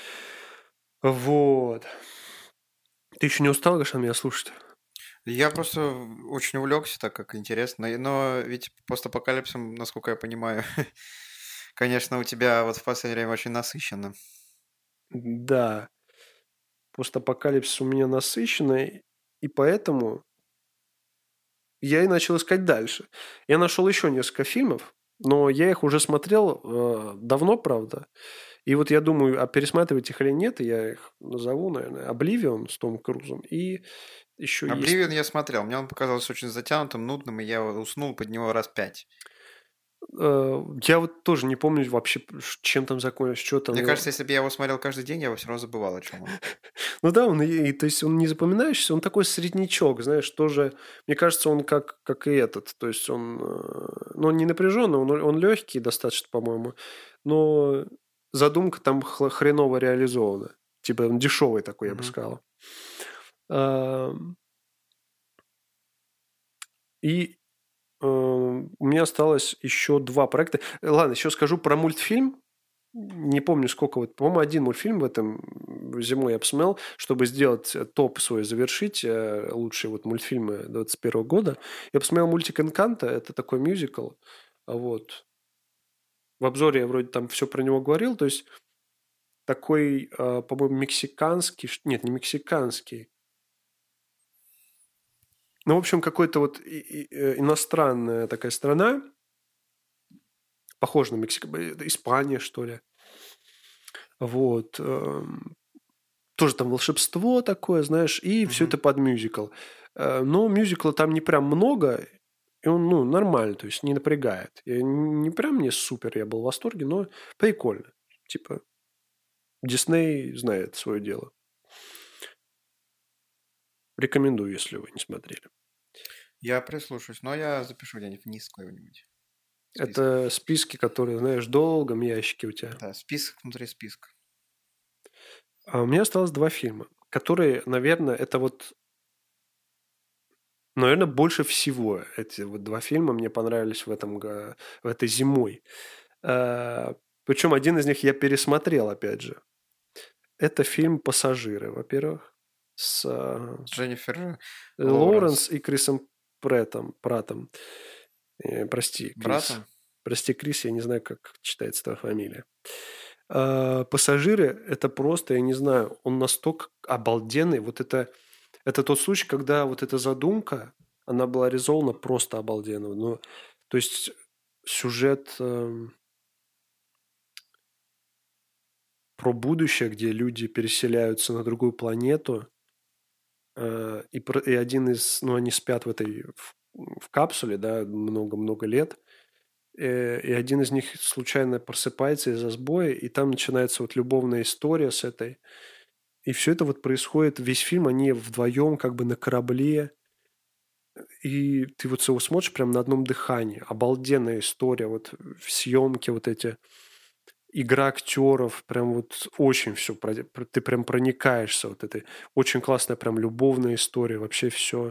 Вот. Ты еще не устал, Гошан, меня слушать? Я просто очень увлекся, так как интересно. Но ведь постапокалипсисом, насколько я понимаю, конечно, у тебя вот в последнее время очень насыщенно. Да, постапокалипсис у меня насыщенный, и поэтому я и начал искать дальше. Я нашел еще несколько фильмов, но я их уже смотрел давно, правда. И вот я думаю, а пересматривать их или нет, я их назову, наверное, «Обливион» с Томом Крузом. И еще есть... «Обливион» я смотрел. Мне он показался очень затянутым, нудным, и я уснул под него раз 5. Я вот тоже не помню вообще, чем там закончилось, что там. Мне кажется, если бы я его смотрел каждый день, я бы все равно забывал, о чем он. Ну да, то есть он не запоминающийся, он такой среднячок, знаешь, тоже, мне кажется, он как и этот, то есть ну, он не напряженный, он легкий достаточно, по-моему, но задумка там хреново реализована, типа он дешевый такой, я бы Мгм. сказал. Ам, И у меня осталось еще 2 проекта. Ладно, еще скажу про мультфильм. Не помню, сколько вот, по-моему, один мультфильм в этом зимой я посмотрел, чтобы сделать топ свой, завершить лучшие вот мультфильмы 21 года. Я посмотрел мультик «Энканто», это такой мюзикл. Вот. В обзоре я вроде там все про него говорил, то есть такой, по-моему, мексиканский, нет, не мексиканский, ну, в общем, какой-то вот иностранная такая страна, похожа на Мексику, Испания, что ли. Вот. Тоже там волшебство такое, знаешь, и все Мгм. это под мюзикл. Но мюзикла там не прям много, и он, ну, нормальный, то есть не напрягает. Не прям мне супер, я был в восторге, но прикольно. Типа, Дисней знает свое дело. Рекомендую, если вы не смотрели. Я прислушаюсь, но я запишу где-нибудь вниз какой-нибудь список. Это списки, которые, знаешь, в долгом ящике у тебя. Да, список внутри списка. А у меня осталось 2 фильма, которые, наверное, это вот, наверное, больше всего эти вот 2 фильма мне понравились в этой зимой. Причем один из них я пересмотрел, опять же. Это фильм «Пассажиры», во-первых, с Дженнифер Лоуренс Лоуренс. и Крисом Пратом. Прости, Крис. Братом? Прости, Крис, я не знаю, как читается твоя фамилия. «Пассажиры» — это просто, я не знаю, он настолько обалденный. Вот это тот случай, когда вот эта задумка, она была реализована просто обалденно. Ну, то есть сюжет про будущее, где люди переселяются на другую планету, и один из, ну, они спят в капсуле, да, много-много лет, и один из них случайно просыпается из-за сбоя, и там начинается вот любовная история с этой. И все это вот происходит, весь фильм, они вдвоем как бы на корабле, и ты вот его смотришь прям на одном дыхании. Обалденная история, вот в съемке вот эти, игра актеров, прям вот очень все, ты прям проникаешься вот этой. Очень классная прям любовная история, вообще все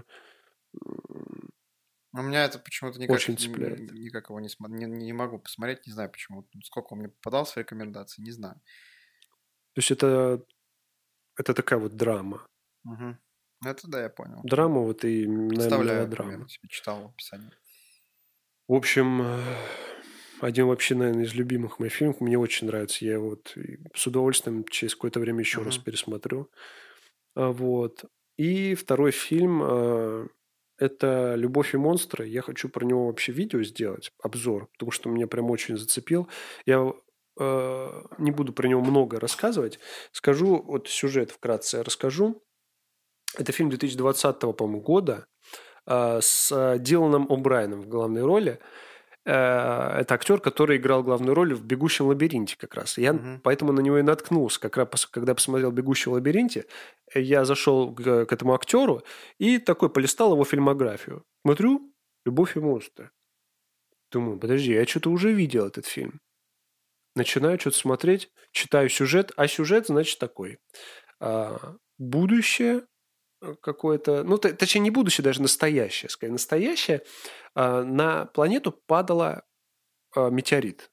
У меня это почему-то никак, очень цепляет. никак его не могу посмотреть, не знаю почему. Сколько он мне попадался в рекомендации, не знаю. То есть это такая вот драма. Мгм. Это да, я понял. Драма вот и, наверное, Представляю примерно мелодрама. себе, читал описание. В общем, один вообще, наверное, из любимых моих фильмов. Мне очень нравится. Я его вот и с удовольствием через какое-то время еще раз Мгм. пересмотрю. Вот. И второй фильм это «Любовь и монстры». Я хочу про него вообще видео сделать, обзор, потому что меня прям очень зацепил. Я не буду про него много рассказывать. Скажу, вот сюжет вкратце расскажу. Это фильм 2020, по-моему, года с Диланом О'Брайеном в главной роли. Это актер, который играл главную роль в «Бегущем лабиринте» как раз. Я Мгм. поэтому на него и наткнулся. Как раз, когда посмотрел «Бегущего в лабиринте», я зашел к этому актеру и такой полистал его фильмографию. Смотрю «Любовь и монстры». Думаю, подожди, я что-то уже видел этот фильм. Начинаю что-то смотреть, читаю сюжет, а сюжет, значит, такой. Будущее какое-то, ну, точнее, не будущее, даже настоящее, скорее, настоящее. На планету падала метеорит.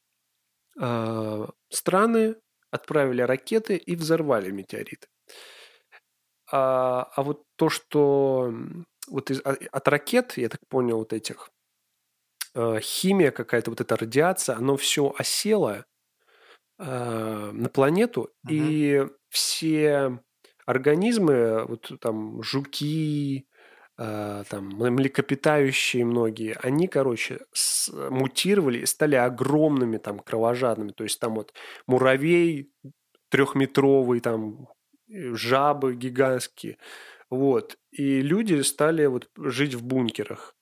Страны отправили ракеты и взорвали метеорит. А вот то, что вот от ракет, я так понял, вот этих, химия какая-то, вот эта радиация, оно все осело на планету, Мгм. и все организмы, вот там жуки, там млекопитающие многие, они, короче, мутировали и стали огромными там кровожадными. То есть там вот муравей трехметровый, там жабы гигантские. Вот. И люди стали вот жить в бункерах.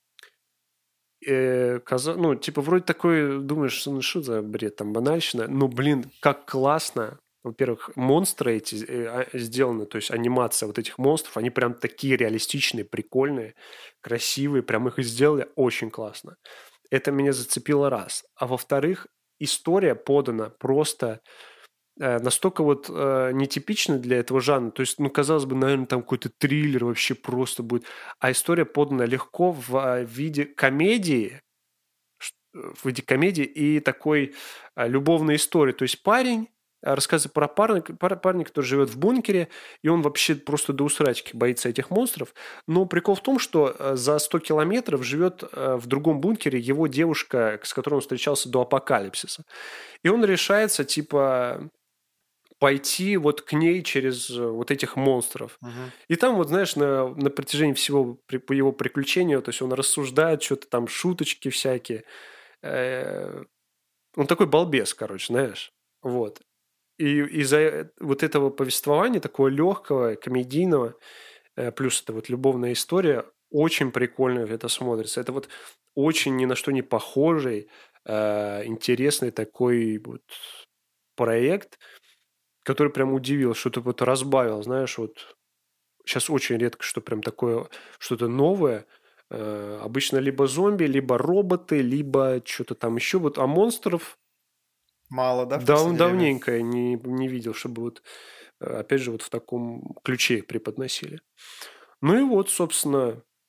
Ну, типа, вроде такой, думаешь, ну, что за бред, там, банальщина. Но, блин, как классно. Во-первых, монстры эти сделаны, то есть анимация вот этих монстров, они прям такие реалистичные, прикольные, красивые, прям их и сделали очень классно. Это меня зацепило раз. А во-вторых, история подана просто настолько вот нетипично для этого жанра. То есть, ну, казалось бы, наверное, там какой-то триллер вообще просто будет. А история подана легко в виде комедии, в виде комедии и такой любовной истории. То есть парень рассказывает про парня, который живет в бункере, и он вообще просто до усрачки боится этих монстров. Но прикол в том, что за 100 километров живет в другом бункере его девушка, с которой он встречался до апокалипсиса. И он решается, типа, пойти вот к ней через вот этих монстров. Мгм. И там вот, знаешь, на протяжении всего по его приключению, то есть он рассуждает, что-то там, шуточки всякие. Э, Он такой балбес, короче, знаешь. Вот. И из-за вот этого повествования, такого легкого, комедийного, плюс это вот любовная история, очень прикольно это смотрится. Это вот очень ни на что не похожий, интересный такой вот проект, который прям удивил, что-то вот разбавил, знаешь, вот сейчас очень редко, что прям такое, что-то новое. Обычно либо зомби, либо роботы, либо что-то там еще. Вот, а монстров Мало, да, в последнее время? давненько я не видел, чтобы вот, опять же, вот в таком ключе их преподносили. Ну и вот, собственно,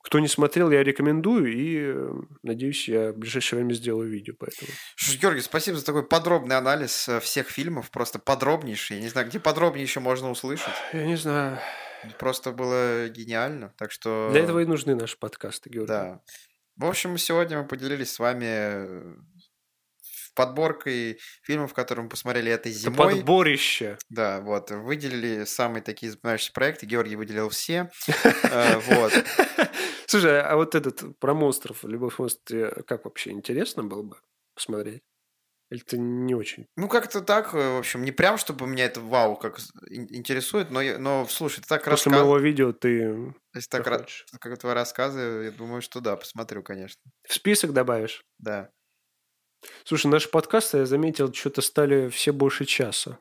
Кто не смотрел, я рекомендую, и надеюсь, я в ближайшее время сделаю видео по этому. Что ж, Георгий, спасибо за такой подробный анализ всех фильмов, просто подробнейший. Я не знаю, где подробнее еще можно услышать. Я не знаю. Просто было гениально, так что... Для этого и нужны наши подкасты, Георгий. Да. В общем, сегодня мы поделились с вами подборкой фильмов, которые мы посмотрели этой Это зимой. подборище. Да, вот. Выделили самые такие запоминающиеся проекты. Георгий выделил все. Вот. Слушай, а вот этот про монстров, «Любовь монстров», тебе как вообще интересно было бы посмотреть? Или ты не очень? Ну, как-то так, в общем, не прям, чтобы меня это вау как интересует, но слушай, ты так После моего видео ты если так захочешь. как твои рассказы, я думаю, что да, посмотрю, конечно. В список добавишь? Да. Слушай, наши подкасты, я заметил, что-то стали все больше часа.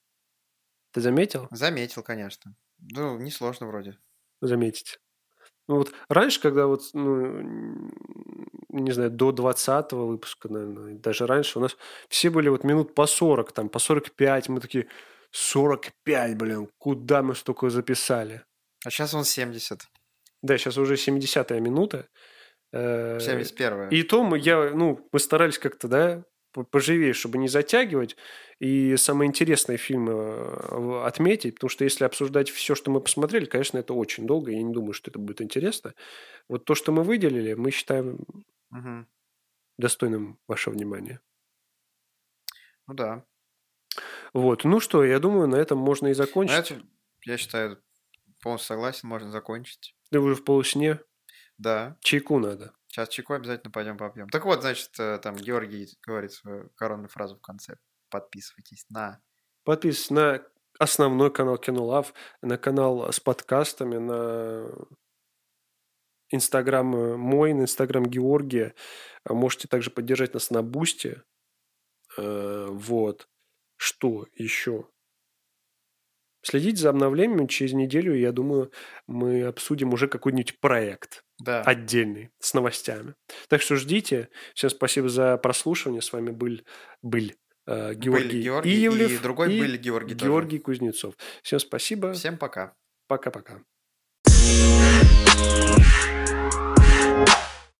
Ты заметил? Заметил, конечно. Ну, несложно вроде. Заметить. Ну вот раньше, когда вот, ну, не знаю, до 20-го выпуска, наверное, даже раньше, у нас все были вот минут по 40, там, по 45, мы такие, 45, блин, куда мы столько записали? А сейчас он 70. Да, сейчас уже 70-я минута. 71-я. И то мы старались как-то, да, поживее, чтобы не затягивать, и самые интересные фильмы отметить, потому что если обсуждать все, что мы посмотрели, конечно, это очень долго, я не думаю, что это будет интересно. Вот то, что мы выделили, мы считаем Угу. достойным вашего внимания. Ну да. Вот, ну что, я думаю, на этом можно и На закончить. этом, я считаю, полностью согласен, можно закончить. Ты уже в полусне, Да. чайку надо. Сейчас чайку обязательно пойдем попьем. Так вот, значит, там Георгий говорит свою коронную фразу в конце. Подписывайтесь на... Подписывайтесь на основной канал Кинолав, на канал с подкастами, на Инстаграм мой, на Инстаграм Георгия. Можете также поддержать нас на Бусти. Вот. Что еще? Следить за обновлениями. Через неделю, я думаю, мы обсудим уже какой-нибудь проект Да. отдельный с новостями. Так что ждите. Всем спасибо за прослушивание. С вами был Георгий Иевлев и другой и были Георгий тоже. Георгий Кузнецов. Всем спасибо. Всем пока. Пока-пока.